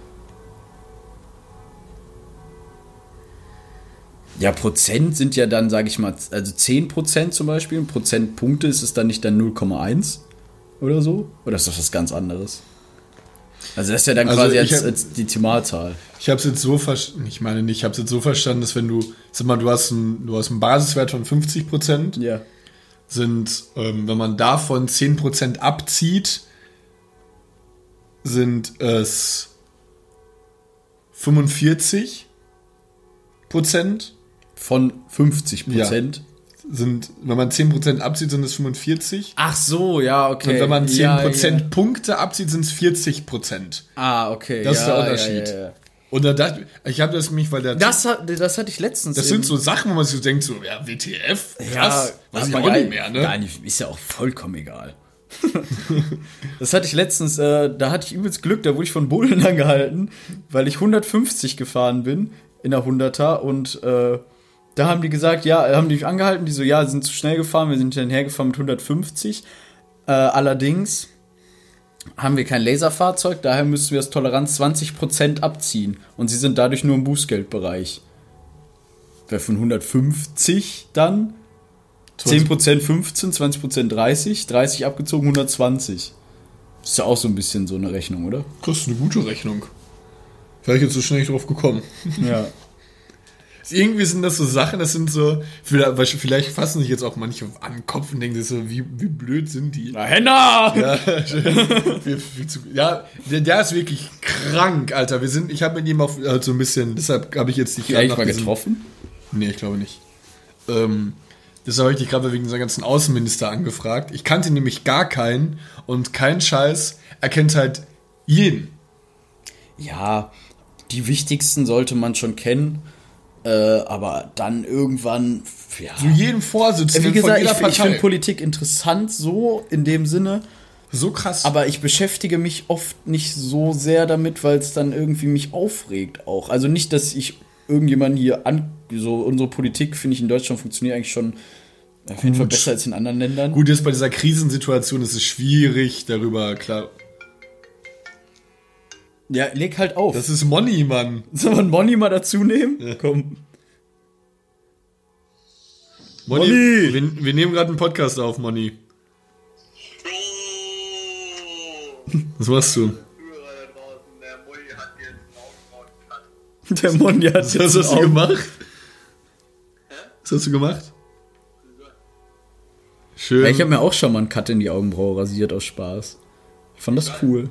Ja, Prozent sind ja dann, sage ich mal, also 10% zum Beispiel. Prozentpunkte ist es dann nicht dann 0,1 oder so? Oder ist das was ganz anderes? Also das ist ja dann quasi als die Dezimalzahl. Ich habe es jetzt so verstanden, ich habe es jetzt so verstanden, dass wenn du hast einen Basiswert von 50%, ja. Sind, wenn man davon 10% abzieht, sind es 45%. Von 50%? Ja. Wenn man 10% abzieht, sind es 45. Ach so, ja, okay. Und wenn man 10% Punkte abzieht, sind es 40%. Ah, okay. Das ist der Unterschied. Ja. Und da dachte ich, habe das mich, weil das hatte ich letztens. Das sind so Sachen, wo man sich so denkt, so, ja, WTF, krass, weiß ich auch nicht mehr, ne? Nein, ist ja auch vollkommen egal. Das hatte ich letztens, da hatte ich übelst Glück, da wurde ich von Bullen angehalten, weil ich 150 gefahren bin in der 100er und da haben die gesagt, haben die mich angehalten, die so, sie sind zu schnell gefahren, wir sind dann hergefahren mit 150. Allerdings haben wir kein Laserfahrzeug, daher müssen wir das Toleranz 20% abziehen. Und sie sind dadurch nur im Bußgeldbereich. Wäre von 150 dann 10% 15, 20% 30, 30 abgezogen 120. Ist ja auch so ein bisschen so eine Rechnung, oder? Das ist eine gute Rechnung. Wäre ich jetzt so schnell nicht drauf gekommen. Ja. Irgendwie sind das so Sachen, das sind so, vielleicht fassen sich jetzt auch manche an den Kopf und denken sich so, wie blöd sind die? Na, Henna! Ja, der ist wirklich krank, Alter. Ich habe mit ihm auch so ein bisschen, deshalb habe ich jetzt dich gerade mal getroffen? Nee, ich glaube nicht. Deshalb habe ich dich gerade wegen dieser ganzen Außenminister angefragt. Ich kannte nämlich gar keinen und kein Scheiß, er kennt halt jeden. Ja, die wichtigsten sollte man schon kennen. Aber dann irgendwann, so jeden Vorsitzenden wie gesagt, von jeder Partei. Ich finde Politik interessant, so in dem Sinne. So krass. Aber ich beschäftige mich oft nicht so sehr damit, weil es dann irgendwie mich aufregt auch. Also nicht, dass ich irgendjemanden hier so unsere Politik, finde ich, in Deutschland funktioniert eigentlich schon auf jeden Fall besser als in anderen Ländern. Gut, jetzt bei dieser Krisensituation ist es schwierig, darüber, klar. Ja, leg halt auf. Das ist Money, Mann. Sollen wir einen Money mal dazu nehmen? Ja. Komm. Money. Wir nehmen gerade einen Podcast auf, Money. Was machst du? Der Money hat jetzt Was hast du gemacht? Was hast du gemacht? Schön. Ja, ich habe mir auch schon mal einen Cut in die Augenbraue rasiert aus Spaß. Ich fand das cool.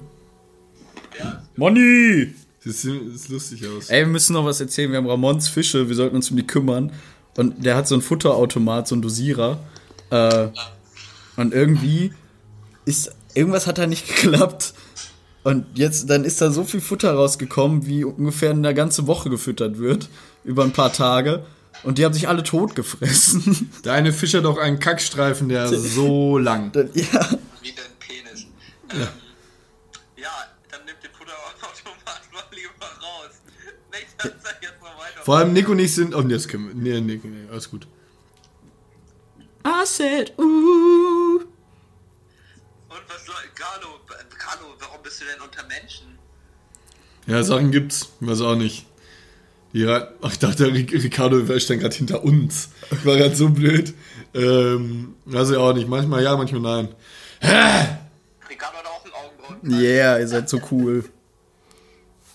Money! Das sieht lustig aus. Ey, wir müssen noch was erzählen. Wir haben Ramons Fische, wir sollten uns um die kümmern. Und der hat so einen Futterautomat, so einen Dosierer. Und irgendwas hat da nicht geklappt. Und dann ist da so viel Futter rausgekommen, wie ungefähr eine ganze Woche gefüttert wird. Über ein paar Tage. Und die haben sich alle tot gefressen. Der eine Fisch hat auch einen Kackstreifen, der ist so lang. Ja. Wie dein Penis. Ja. Vor allem Nick und ich sind... Oh, nee, das können wir... Nee, alles gut. I said, Und was soll... Carlo, warum bist du denn unter Menschen? Ja, Sachen gibt's. Ich weiß auch nicht. Ja, ich dachte, Ricardo stand gerade hinter uns. Ich war gerade so blöd. Weiß ich auch nicht. Manchmal ja, manchmal nein. Ricardo hat auch einen Augenbrauen. Yeah, ihr seid so cool.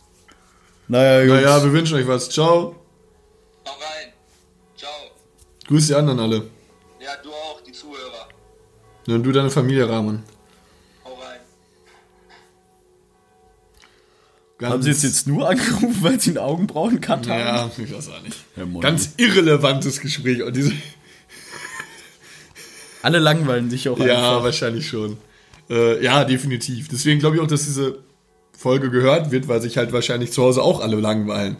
Naja, wir wünschen euch was. Ciao. Hau rein. Ciao. Grüß die anderen alle. Ja, du auch, die Zuhörer. Ja, und du deine Familie, Rahman. Hau rein. Haben sie jetzt nur angerufen, weil sie einen Augenbrauen-Cut haben? Ja, ich weiß auch nicht. Ja, moin. Ganz irrelevantes Gespräch. Und diese Alle langweilen sich auch ja, einfach. wahrscheinlich schon. Ja, definitiv. Deswegen glaube ich auch, dass diese Folge gehört wird, weil sich halt wahrscheinlich zu Hause auch alle langweilen.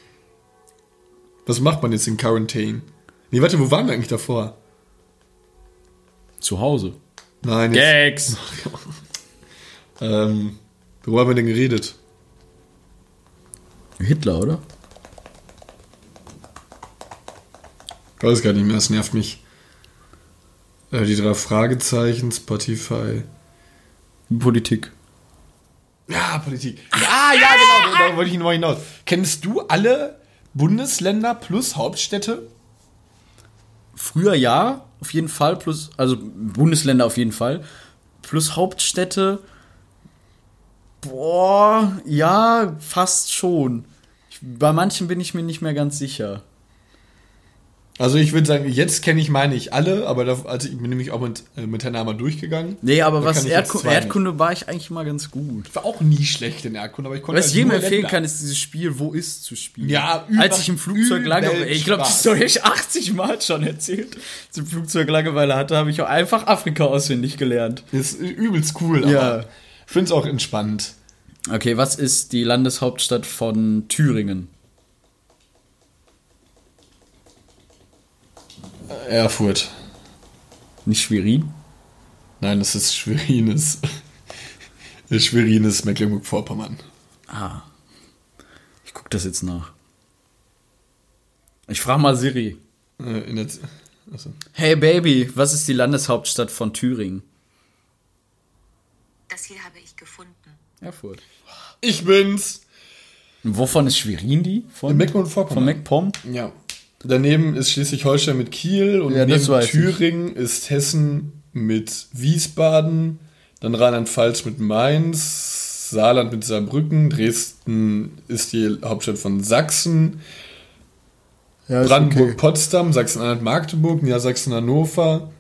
Was macht man jetzt in Quarantäne? Nee, warte, wo waren wir eigentlich davor? Zu Hause. Nein, jetzt, Gags! worüber haben wir denn geredet? Hitler, oder? Ich weiß gar nicht mehr, das nervt mich. Die 3 Fragezeichen, Spotify. Politik. Ja, Politik. Ja, genau, da wollte ich noch hinaus. Kennst du alle Bundesländer plus Hauptstädte? Früher ja, auf jeden Fall, plus, also Bundesländer auf jeden Fall, plus Hauptstädte, boah, ja, fast schon. Bei manchen bin ich mir nicht mehr ganz sicher. Also ich würde sagen, jetzt kenne ich meine ich alle, aber also ich bin nämlich auch mit Hannah mal durchgegangen. Nee, aber Da was kann ich jetzt zwei Erdkunde war ich eigentlich mal ganz gut. Ich war auch nie schlecht in Erdkunde, aber ich konnte Was ich jedem empfehlen kann, ist dieses Spiel Wo ist zu spielen. Ja, als ich im Flugzeug Langeweile, ich glaube, die Spaß. Story habe ich 80 Mal schon erzählt. Als ich im Flugzeug Langeweile hatte, habe ich auch einfach Afrika auswendig gelernt. Ist übelst cool, Ja. aber ich finde es auch entspannt. Okay, was ist die Landeshauptstadt von Thüringen? Erfurt. Nicht Schwerin? Nein, das ist Schwerin. Schwerin ist Mecklenburg-Vorpommern. Ah. Ich guck das jetzt nach. Ich frage mal Siri. Achso. Hey Baby, was ist die Landeshauptstadt von Thüringen? Das hier habe ich gefunden. Erfurt. Ich bin's. Und wovon ist Schwerin die? Von Mecklenburg-Vorpommern. Von MacPom? Ja. Daneben ist Schleswig-Holstein mit Kiel und Ja, das neben weiß ich. Thüringen ist Hessen mit Wiesbaden, dann Rheinland-Pfalz mit Mainz, Saarland mit Saarbrücken, Dresden ist die Hauptstadt von Sachsen, Ja, Brandenburg-Potsdam, Sachsen-Anhalt-Magdeburg, Niedersachsen-Hannover,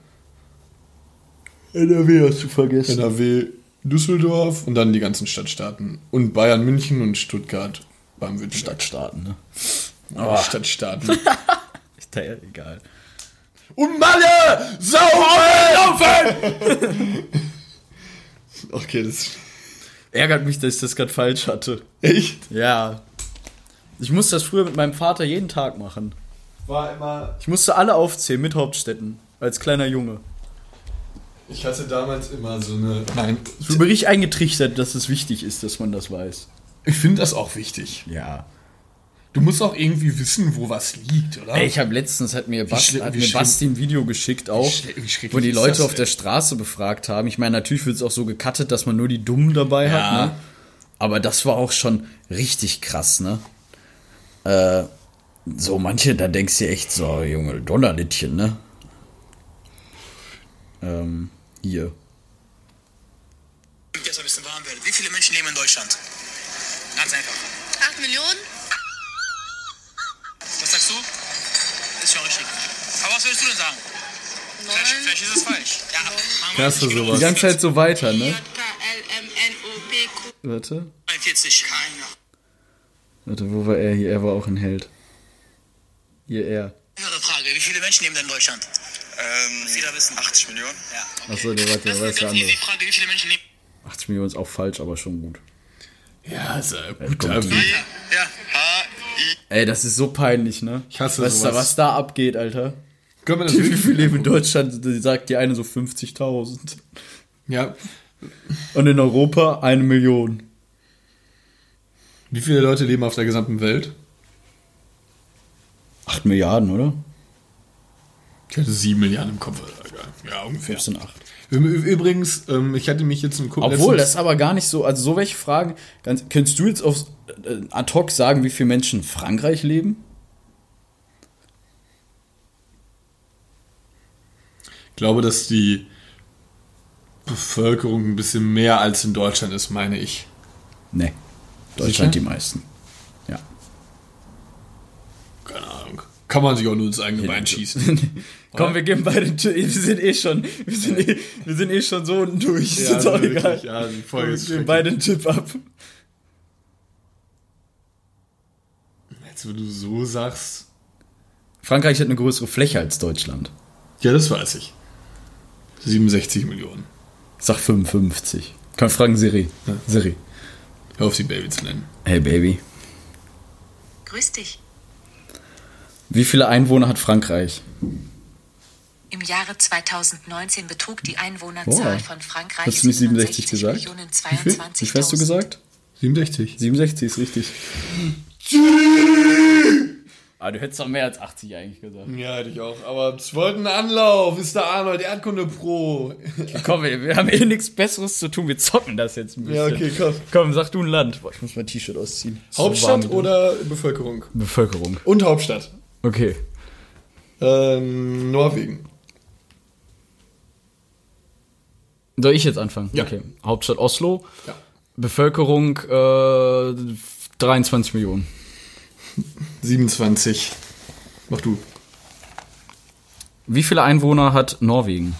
NRW hast du vergessen. NRW Düsseldorf und dann die ganzen Stadtstaaten. Und Bayern, München und Stuttgart, Baden-Württemberg. Stadtstaaten, ne? Stadtstaaten. Ist da ja egal. Und Malle! Saufen! Okay, das Ärgert mich, dass ich das gerade falsch hatte. echt. Ja. Ich musste das früher mit meinem Vater jeden Tag machen. War immer. Ich musste alle aufzählen mit Hauptstädten. Als kleiner Junge. Ich hatte damals immer so eine. Nein. Ich bin richtig eingetrichtert, dass es wichtig ist, dass man das weiß. Ich finde das auch wichtig. Ja. Du musst auch irgendwie wissen, wo was liegt, oder? Ey, ich habe letztens, hat mir Basti ein Video geschickt auch, wie schrecklich wo die ist Leute das auf der denn? Straße befragt haben. Ich meine, natürlich wird es auch so gecuttet, dass man nur die Dummen dabei Ja. hat, ne? Aber das war auch schon richtig krass, ne? So manche, da denkst du dir echt so, Junge, Donnerlittchen, ne? Hier. Jetzt ein bisschen warm wird. Wie viele Menschen leben in Deutschland? Ganz einfach. 8 Millionen? Was sagst du? Ist schon richtig. Aber was würdest du denn sagen? 9. Vielleicht ist es falsch. Ja, machen wir Hörst du nicht. sowas? Die ganze Zeit so weiter, ne? JKLMNOPQ. Warte. 49. Keiner. Warte, wo war er hier? Er war auch ein Held. Hier, er. Andere Frage. Wie viele Menschen leben denn in Deutschland? Muss jeder wissen. 80 Millionen? Ja. Okay. Achso, der warte, der weiß der Ganz andere. easy Frage. Wie viele Menschen leben? 80 Millionen ist auch falsch, aber schon gut. Ja, ist gut. kommt die. Ja. Ey, das ist so peinlich, ne? Ich hasse weißt du, sowas. was da abgeht, Alter? Können wir das Wie wirklich- viel leben in Deutschland? Sagt die eine so 50.000. Ja. Und in Europa 1 Million. Wie viele Leute leben auf der gesamten Welt? 8 Milliarden, oder? Ich hatte 7 Milliarden im Kopf. Ja, ungefähr. 15,8. Übrigens, ich hatte mich jetzt im Obwohl, das ist aber gar nicht so, also so welche Fragen, könntest du jetzt auf ad hoc sagen, wie viele Menschen in Frankreich leben? Ich glaube, dass die Bevölkerung ein bisschen mehr als in Deutschland ist, meine ich. Nee. Deutschland Sicher? die meisten. Ja. Keine Ahnung. kann man sich auch nur ins eigene Bein schießen. Komm, wir geben beide wir sind eh schon so unten durch. Ja, ist auch wirklich, egal. ja, die Folge ist wir geben beide einen Tipp ab. Jetzt, wo du so sagst. Frankreich hat eine größere Fläche als Deutschland. Ja, das weiß ich. 67 Millionen. Sag 55. Kann ich fragen Siri. Ja. Siri. Hör auf, sie Baby zu nennen. Hey Baby. Grüß dich. Wie viele Einwohner hat Frankreich? Im Jahre 2019 betrug die Einwohnerzahl Boah. von Frankreich Hast du nicht 67 gesagt? Wie viel hast du gesagt? 67. 67 ist richtig. Ah, du hättest doch mehr als 80 eigentlich gesagt. Ja, hätte ich auch. Aber es wollte ein Anlauf. Ist der Arnold Erdkunde Pro. Komm, wir haben eh nichts Besseres zu tun. Wir zocken das jetzt ein bisschen. Ja, okay, komm. Komm, sag du ein Land. Boah, ich muss mein T-Shirt ausziehen. Ist so Hauptstadt warm. oder Bevölkerung? Bevölkerung. Und Hauptstadt. Okay. Norwegen. Soll ich jetzt anfangen? Ja. Okay. Hauptstadt Oslo. Ja. Bevölkerung 23 Millionen. 27. Mach du. Wie viele Einwohner hat Norwegen?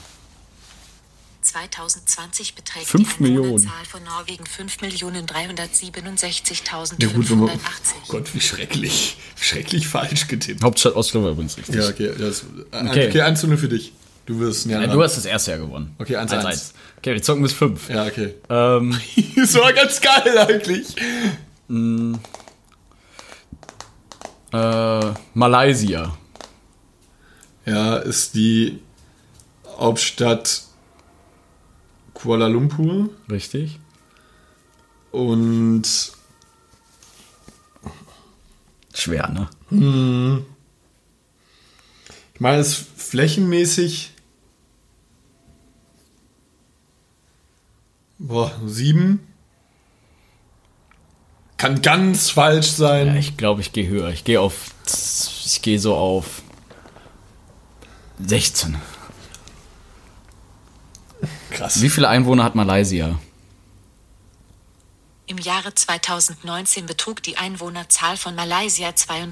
2020 beträgt 5 die Millionen. Einwohnerzahl von Norwegen 5.367.580. Ja gut, wenn man... Oh Gott, wie schrecklich. Schrecklich falsch getippt. Hauptstadt Oslo war übrigens richtig. Ja, okay. Das, Okay. okay, 1:0 für dich. Du wirst... Ja, Du hast das erste Jahr gewonnen. Okay, 1:1. Okay, wir zocken bis 5. Ja, okay. Ähm, Das war ganz geil eigentlich. Malaysia. Ja, ist die Hauptstadt Kuala Lumpur Richtig. und Schwer, ne? ich meine, es ist flächenmäßig 7. Kann ganz falsch sein. Ja, ich glaube, ich gehe höher. Ich gehe so auf 16. Krass. Wie viele Einwohner hat Malaysia? Im Jahre 2019 betrug die Einwohnerzahl von Malaysia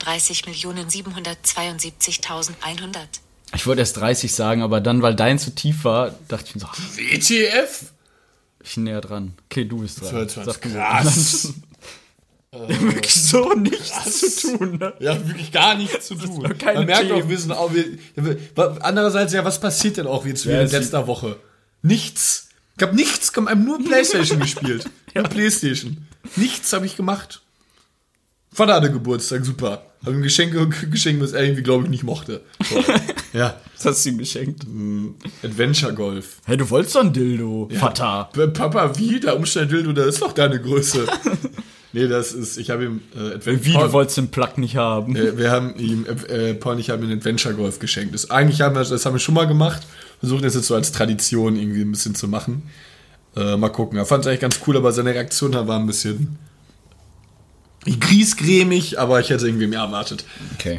32.772.100. Ich wollte erst 30 sagen, aber dann, weil dein zu tief war, dachte ich mir so, WTF? ich bin näher dran. Okay, du bist dran. 22. Sag du. Krass. Wirklich so nichts zu tun, ne? Ja, wirklich gar nichts zu tun. doch keine Man merkt Themen. auch, wir sind auch... Andererseits, ja, was passiert denn auch jetzt wieder Ja, in letzter Woche? Nichts. Ich habe nichts gemacht, ich habe nur Playstation gespielt. Nur Playstation. Nichts habe ich gemacht. Vater hatte Geburtstag, super. Habe ihm geschenkt, was er irgendwie, glaube ich, nicht mochte. So. Ja. Was hast du ihm geschenkt? Adventure Golf. Hey, du wolltest doch ein Dildo, Vater. Papa, wie? Der Umstand-Dildo, das ist doch deine Größe. Nee, das ist, ich habe ihm Wie, du wolltest den Plug nicht haben? wir haben ihm, Paul und ich haben ihm einen Adventure Golf geschenkt. Das haben wir schon mal gemacht. Versuchen das jetzt so als Tradition irgendwie ein bisschen zu machen. Mal gucken. Er fand es eigentlich ganz cool, aber seine Reaktion da war ein bisschen griesgrämig, aber ich hätte irgendwie mehr erwartet. Okay.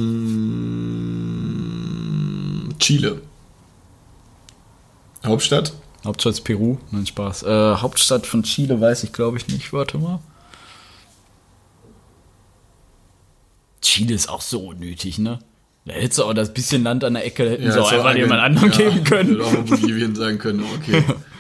Chile. Hauptstadt? Hauptstadt ist Peru. Nein, Spaß. Hauptstadt von Chile weiß ich, glaube ich, nicht. Warte mal. Chile ist auch so unnötig, ne? Da hättest du auch das bisschen Land an der Ecke, hätten sie auch einfach jemand anderem geben können. Hätte auch mal Bolivien sagen können, okay.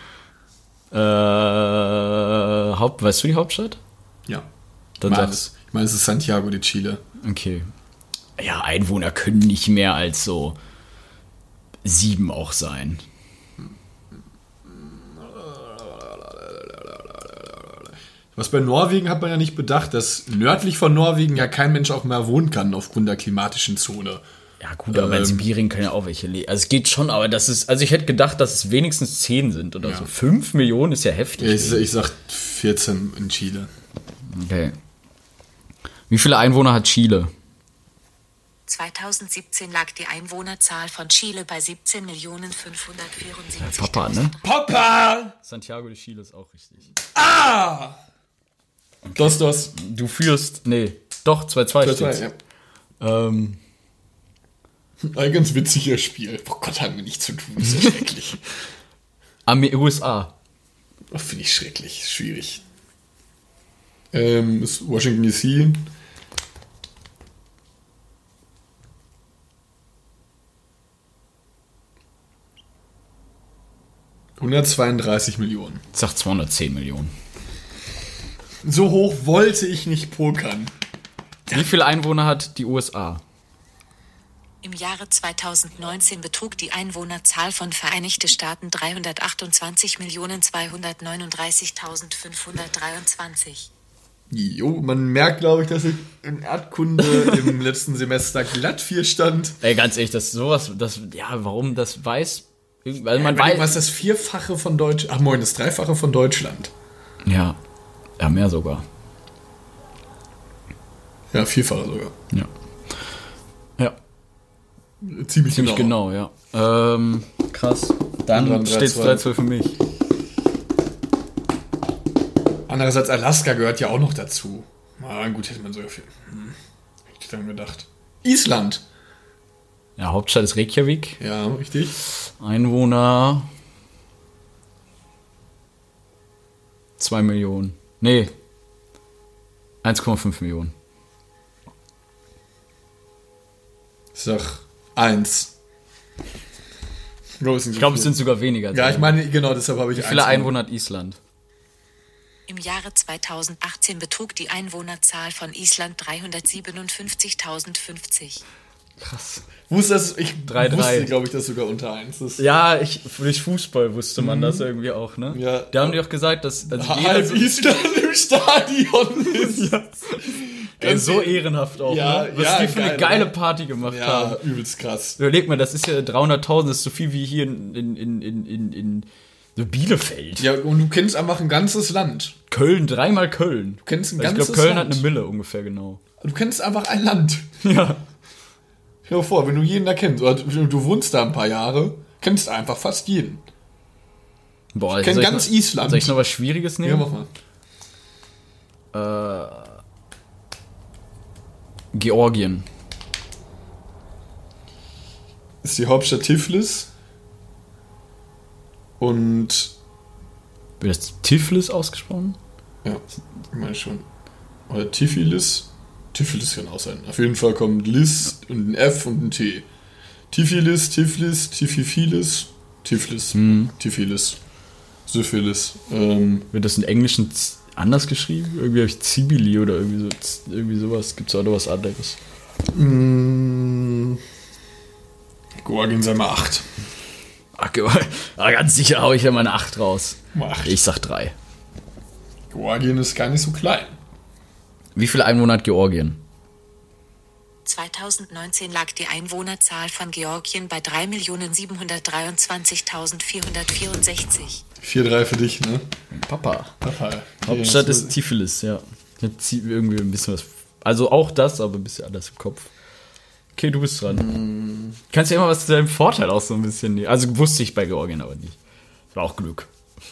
Weißt du die Hauptstadt? Ja. Dann Ich sag's. meine, es ist Santiago de Chile. Okay. Ja, Einwohner können nicht mehr als so 7 auch sein. Was bei Norwegen hat man ja nicht bedacht, dass nördlich von Norwegen ja kein Mensch auch mehr wohnen kann aufgrund der klimatischen Zone. Ja gut, aber in Sibirien können ja auch welche leben. Also es geht schon, aber das ist, also ich hätte gedacht, dass es wenigstens 10 sind oder Ja. so. 5 Millionen ist ja heftig. Ich sag 14 in Chile. Okay. Wie viele Einwohner hat Chile? 2017 lag die Einwohnerzahl von Chile bei 17.574.000. Papa, ne? Papa! Santiago de Chile ist auch richtig. Dos. Du führst, nee, doch, 2-2 steht's. Ja. Ähm, Ein ganz witziges Spiel. Oh Gott, haben wir nichts zu tun. Das ist ja schrecklich. USA. Oh, finde ich schrecklich. Schwierig. Ist Washington DC. 132 Millionen. Ich sag 210 Millionen. So hoch wollte ich nicht pokern. Wie viele Einwohner hat die USA? Im Jahre 2019 betrug die Einwohnerzahl von Vereinigte Staaten 328.239.523. Jo, man merkt, glaube ich, dass ich in Erdkunde im letzten Semester glatt 4 stand. Ey, ganz ehrlich, warum das weiß... Also man Was weiß... das Vierfache von Deutschland... Ach moin, das Dreifache von Deutschland. Ja, mehr sogar. Ja, Vierfache sogar. Ja. Ziemlich genau, ja. Krass. Dann steht es 3-2 für mich. Andererseits, Alaska gehört ja auch noch dazu. Na gut, hätte man sogar viel. Hätte ich dann gedacht. Island. Ja, Hauptstadt ist Reykjavik. Ja, richtig. Einwohner 2 Millionen. Nee. 1,5 Millionen. Ich sag 1. Ich glaube, es sind sogar weniger. Ja, ich meine, genau, deshalb habe ich Wie viele Einwohner hat Island? Im Jahre 2018 betrug die Einwohnerzahl von Island 357.050. Krass. Ich 3-3. wusste, glaube ich, dass sogar unter 1 ist. Ja, durch Fußball wusste man das irgendwie auch, ne? Ja. Da haben die auch gesagt, dass Halb Island im Stadion ist. so ehrenhaft auch, Ja, ne? Was ja, die für eine geil, geile oder? Party gemacht Ja, haben. übelst krass. Überleg mal, das ist ja 300.000, das ist so viel wie hier in so Bielefeld. Ja, und du kennst einfach ein ganzes Land. Köln, 3-mal Köln. Du kennst ein Ich ganzes glaube, Köln Land. hat eine Mille ungefähr, genau. Du kennst einfach ein Land. Ja. Stell dir vor, wenn du jeden da kennst, oder du wohnst da ein paar Jahre, kennst einfach fast jeden. Boah, Kenn ganz Island. Soll ich noch was Schwieriges Ja, nehmen? mach mal. Georgien. Ist die Hauptstadt Tiflis. Und Wird das Tiflis ausgesprochen? ja, ich meine schon. Oder Tiflis. Tiflis kann auch sein. Auf jeden Fall kommt Lis und ein F und ein T. Tiflis, Tiflis, Tififilis, Tiflis, Tifilis, Syphilis. Wird das in Englischen anders geschrieben? Irgendwie habe ich Zibili oder irgendwie sowas. Gibt es auch noch was anderes? Georgien sei mal 8. Ach, ganz sicher hau ich ja mal eine 8 raus. Mach. Ich sag 3. Georgien ist gar nicht so klein. Wie viele Einwohner hat Georgien? 2019 lag die Einwohnerzahl von Georgien bei 3.723.464. 4-3 für dich, ne? Papa. Papa. Hauptstadt ist Tiflis, ja. Ich hab irgendwie ein bisschen was. Also auch das, aber ein bisschen anders im Kopf. Okay, du bist dran. Kannst ja immer was zu deinem Vorteil auch so ein bisschen nehmen. Also wusste ich bei Georgien aber nicht. War auch Glück.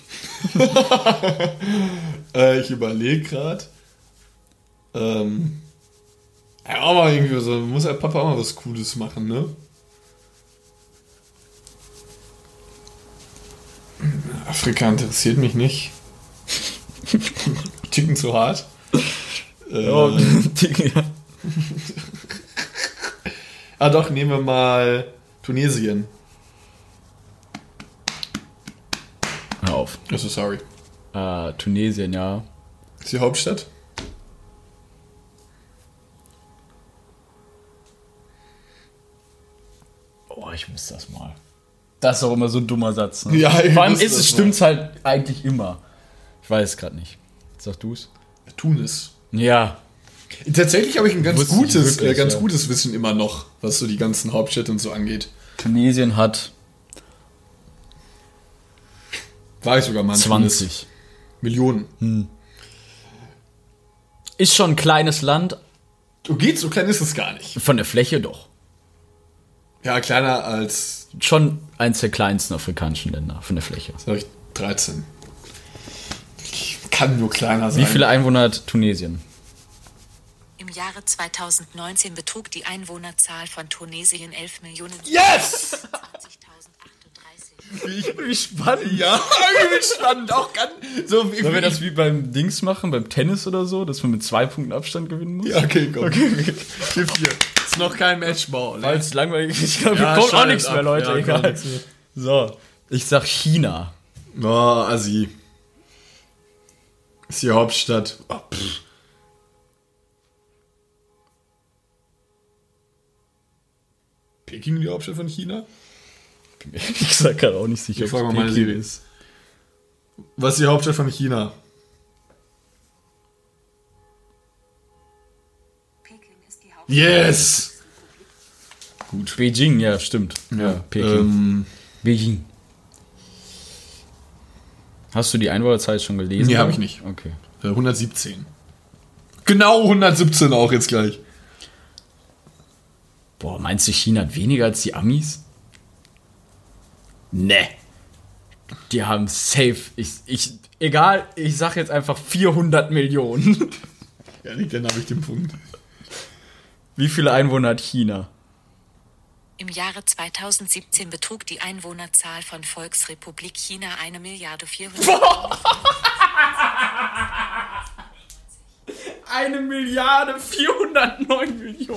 Ich überlege gerade. Ja, auch mal irgendwie so, muss ja Papa auch mal was Cooles machen, ne? Afrika interessiert mich nicht. Ticken zu hart. Ja. Doch, nehmen wir mal Tunesien. Hör auf. Also sorry. Tunesien, ja. Ist die Hauptstadt? Oh, ich wusste das mal. Das ist auch immer so ein dummer Satz. Ne? Ja, ich vor allem wusste ist das es stimmt's halt eigentlich immer. Ich weiß es gerade nicht. Sag du's? Tunis. Ja. Tatsächlich habe ich ein ganz Wusste ich gutes, wirklich, ja. gutes Wissen immer noch, was so die ganzen Hauptstädte und so angeht. Tunesien hat War ich sogar mal in Tunis. 20. Millionen. Ist schon ein kleines Land. Oh, geht, so klein ist es gar nicht. Von der Fläche doch. Ja, kleiner als, Schon eins der kleinsten afrikanischen Länder von der Fläche. sag ich, 13. Kann nur kleiner sein. Wie viele Einwohner hat Tunesien? Im Jahre 2019 betrug die Einwohnerzahl von Tunesien 11.020.038. Yes! Wie spannend. Ja, übel spannend. Auch ganz, so wie, Sollen wir das wie beim Dings machen, beim Tennis oder so, dass man mit 2 Punkten Abstand gewinnen muss? Ja, okay, komm. 4-4. Ist noch kein Matchball. Weil Ne? es langweilig ist. Ich glaube, Ja, wir kommen auch schaltet nichts mehr, ab. Leute. Ja, egal. kommt nichts mehr. So, ich sag China. Oh, Assi. Ist die Hauptstadt. Oh, Peking die Hauptstadt von China? Ich sag gerade auch nicht sicher, Ich frage mal meine Peking Siri. Was ist die Hauptstadt von China? Peking ist die Hauptstadt. Yes! Gut. Beijing, ja, stimmt. Ja, Peking. Beijing. Hast du die Einwohnerzahl schon gelesen? Nee, habe ich nicht. Okay. 117. Genau 117 auch jetzt gleich. Boah, meinst du, China hat weniger als die Amis? Ne. Die haben safe. Egal, ich sag jetzt einfach 400 Millionen. Ja, dann habe ich den Punkt. Wie viele Einwohner hat China? Im Jahre 2017 betrug die Einwohnerzahl von Volksrepublik China 1.400.000.000. 1.409.000.000.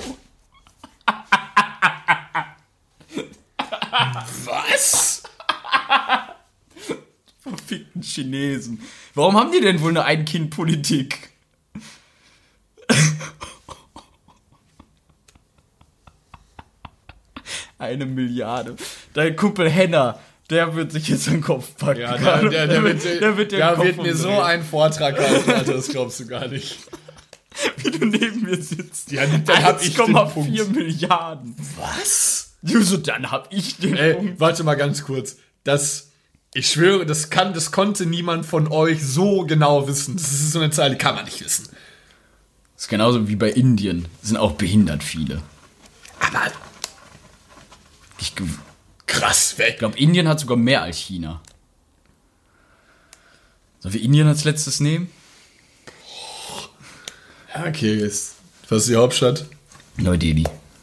Was? Verfickten Chinesen. Warum haben die denn wohl eine Ein-Kind-Politik? Eine Milliarde. Dein Kumpel Henna, der wird sich jetzt den Kopf packen. Ja, der wird mir umdrehen. so einen Vortrag halten, Alter, das glaubst du gar nicht. Wie du neben mir sitzt. Ja, dann hab ich den 1,4 Punkt. Milliarden. Was? So, dann hab ich den Punkt. Warte mal ganz kurz. Ich schwöre, das konnte niemand von euch so genau wissen. Das ist so eine Zahl, die kann man nicht wissen. Das ist genauso wie bei Indien. Sind auch behindert viele. Aber krass, Ich glaube, Indien hat sogar mehr als China. Sollen wir Indien als letztes nehmen? Ja, okay, was ist die Hauptstadt? Neu-Delhi.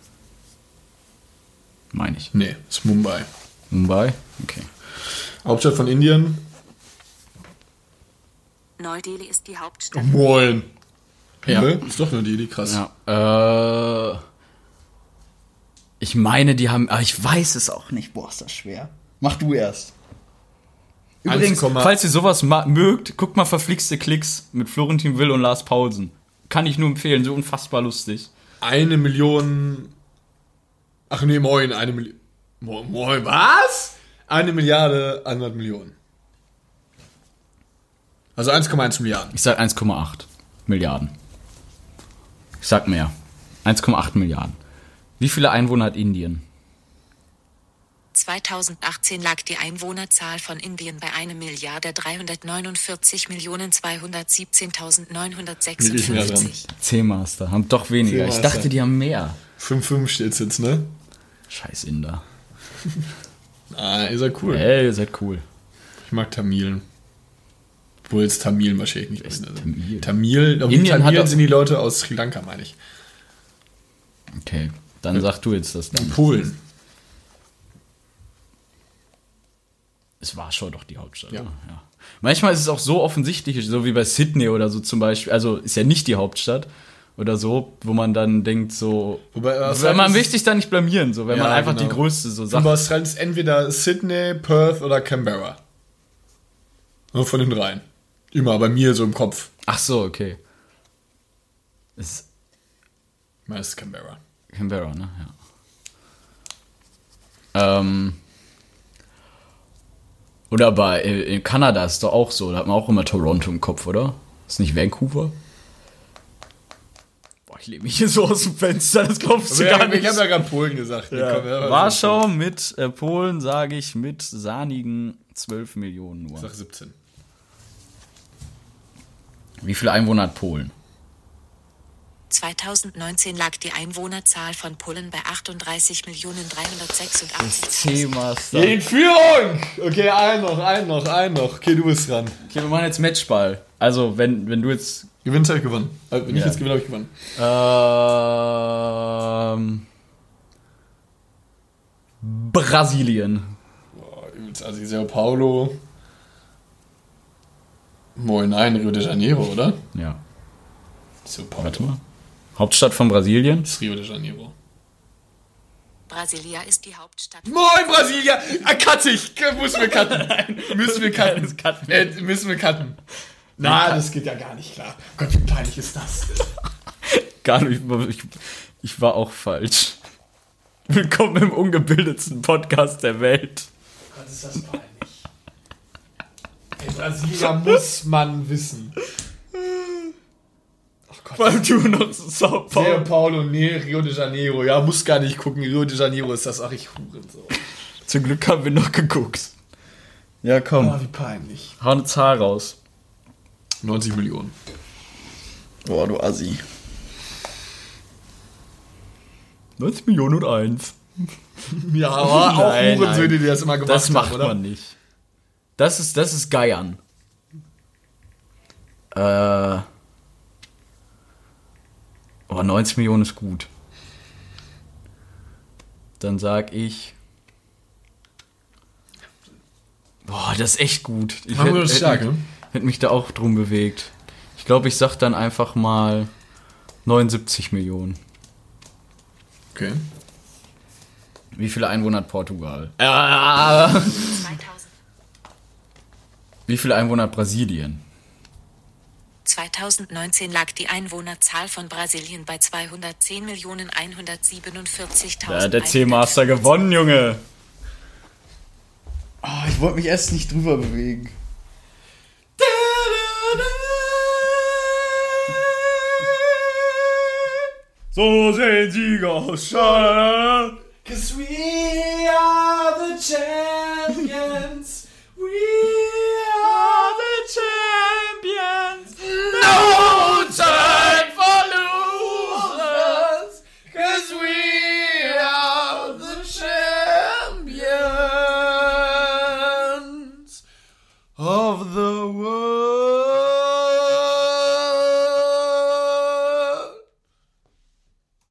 Meine ich. Nee, ist Mumbai. Mumbai? Okay. Hauptstadt von Indien? Neu-Delhi ist die Hauptstadt. Moin. Ja. Ne? Ist doch nur die krass. Ja. Ich meine, die haben. Aber ich weiß es auch nicht. Boah, ist das schwer. Mach du erst. Übrigens, 1, falls ihr sowas mögt, guckt mal Verflixte Klicks mit Florentin Will und Lars Pausen. Kann ich nur empfehlen, so unfassbar lustig. 1 Million. Ach nee, moin, 1 Million. Moin, was? 1 Milliarde, 100 Millionen. Also 1,1 Milliarden. Ich sag 1,8 Milliarden. Ich sag mehr. 1,8 Milliarden. Wie viele Einwohner hat Indien? 2018 lag die Einwohnerzahl von Indien bei 1.349.217.956. C-Master. Haben doch weniger. Ich C-Master. dachte, die haben mehr. 5,5 steht's jetzt, ne? Scheiß Inder. Ah, ihr seid cool. Ey, ihr seid cool. Ich mag Tamilen. Obwohl jetzt Tamilen wahrscheinlich nicht ist behindert Tamil? sind. Tamilen, aber Indien hat Tamilen doch- sind die Leute aus Sri Lanka, meine ich. Okay, dann sag du jetzt das dann. Polen. Es war schon doch die Hauptstadt. Ja. Oder? Ja. Manchmal ist es auch so offensichtlich, so wie bei Sydney oder so zum Beispiel. Also ist ja nicht die Hauptstadt oder so, wo man dann denkt so, Wobei, wenn man will sich da nicht blamieren, so wenn Ja, man einfach genau. die größte so Aber sagt. Australien ist entweder Sydney, Perth oder Canberra. Nur von den dreien. Immer bei mir so im Kopf. Ach so, okay. Ist Meist Canberra. Canberra, ne? Ja. Oder in Kanada ist doch auch so, da hat man auch immer Toronto im Kopf, oder? Ist nicht Vancouver? Boah, ich lehne mich hier so aus dem Fenster, das glaubst du gar nicht. Ich habe ja gerade Polen gesagt. Ja. Warschau mit Polen, sage ich, mit sahnigen 12 Millionen nur. Ich sag 17. Wie viele Einwohner hat Polen? 2019 lag die Einwohnerzahl von Polen bei 38.386.000. C-Master. In Führung! Okay, einen noch. Okay, du bist dran. Okay, wir machen jetzt Matchball. Also, wenn du jetzt... Gewinnst, habe ich gewonnen. Wenn ich Ja. jetzt gewinne, habe ich gewonnen. Brasilien. Also Sao Paulo. Moin, nein, Rio de Janeiro, oder? Ja. Sao Paulo. Warte mal. Hauptstadt von Brasilien? Das ist Rio de Janeiro. Brasilia ist die Hauptstadt. Moin, Brasilia! Cutte ich! Müssen wir cutten. Müssen wir cutten. Das cutten. Müssen wir cutten. Na, das geht ja gar nicht klar. Gott, wie peinlich ist das denn? Gar nicht, ich war auch falsch. Willkommen im ungebildetsten Podcast der Welt. Gott, ist das peinlich. Ey, Brasilia muss man wissen. Ach Gott. Vor allem du noch Sao Sao Paulo, nee, Rio de Janeiro. Ja, muss gar nicht gucken. Rio de Janeiro ist das. Ach, ich huren so. Zum Glück haben wir noch geguckt. Ja, komm. Ah, wie peinlich. Hau eine Zahl raus. 90 Millionen. Boah, du Assi. 90 Millionen und 1. Ja, aber auch Nein, Hurensöhne, die das immer gemacht haben, Das macht oder? man nicht. Das ist Geiern. Oh, 90 Millionen ist gut. Dann sag ich. Boah, das ist echt gut. Ich Haben wir das stark, ne? hätte mich da auch drum bewegt. Ich glaube, ich sag dann einfach mal 79 Millionen. Okay. Wie viele Einwohner hat Portugal? 2000. Wie viele Einwohner hat Brasilien? 2019 lag die Einwohnerzahl von Brasilien bei 210.147.000. Da hat der C-Master gewonnen, Junge. Oh, ich wollte mich erst nicht drüber bewegen. So sehen Sieger aus. 'Cause we are the champions.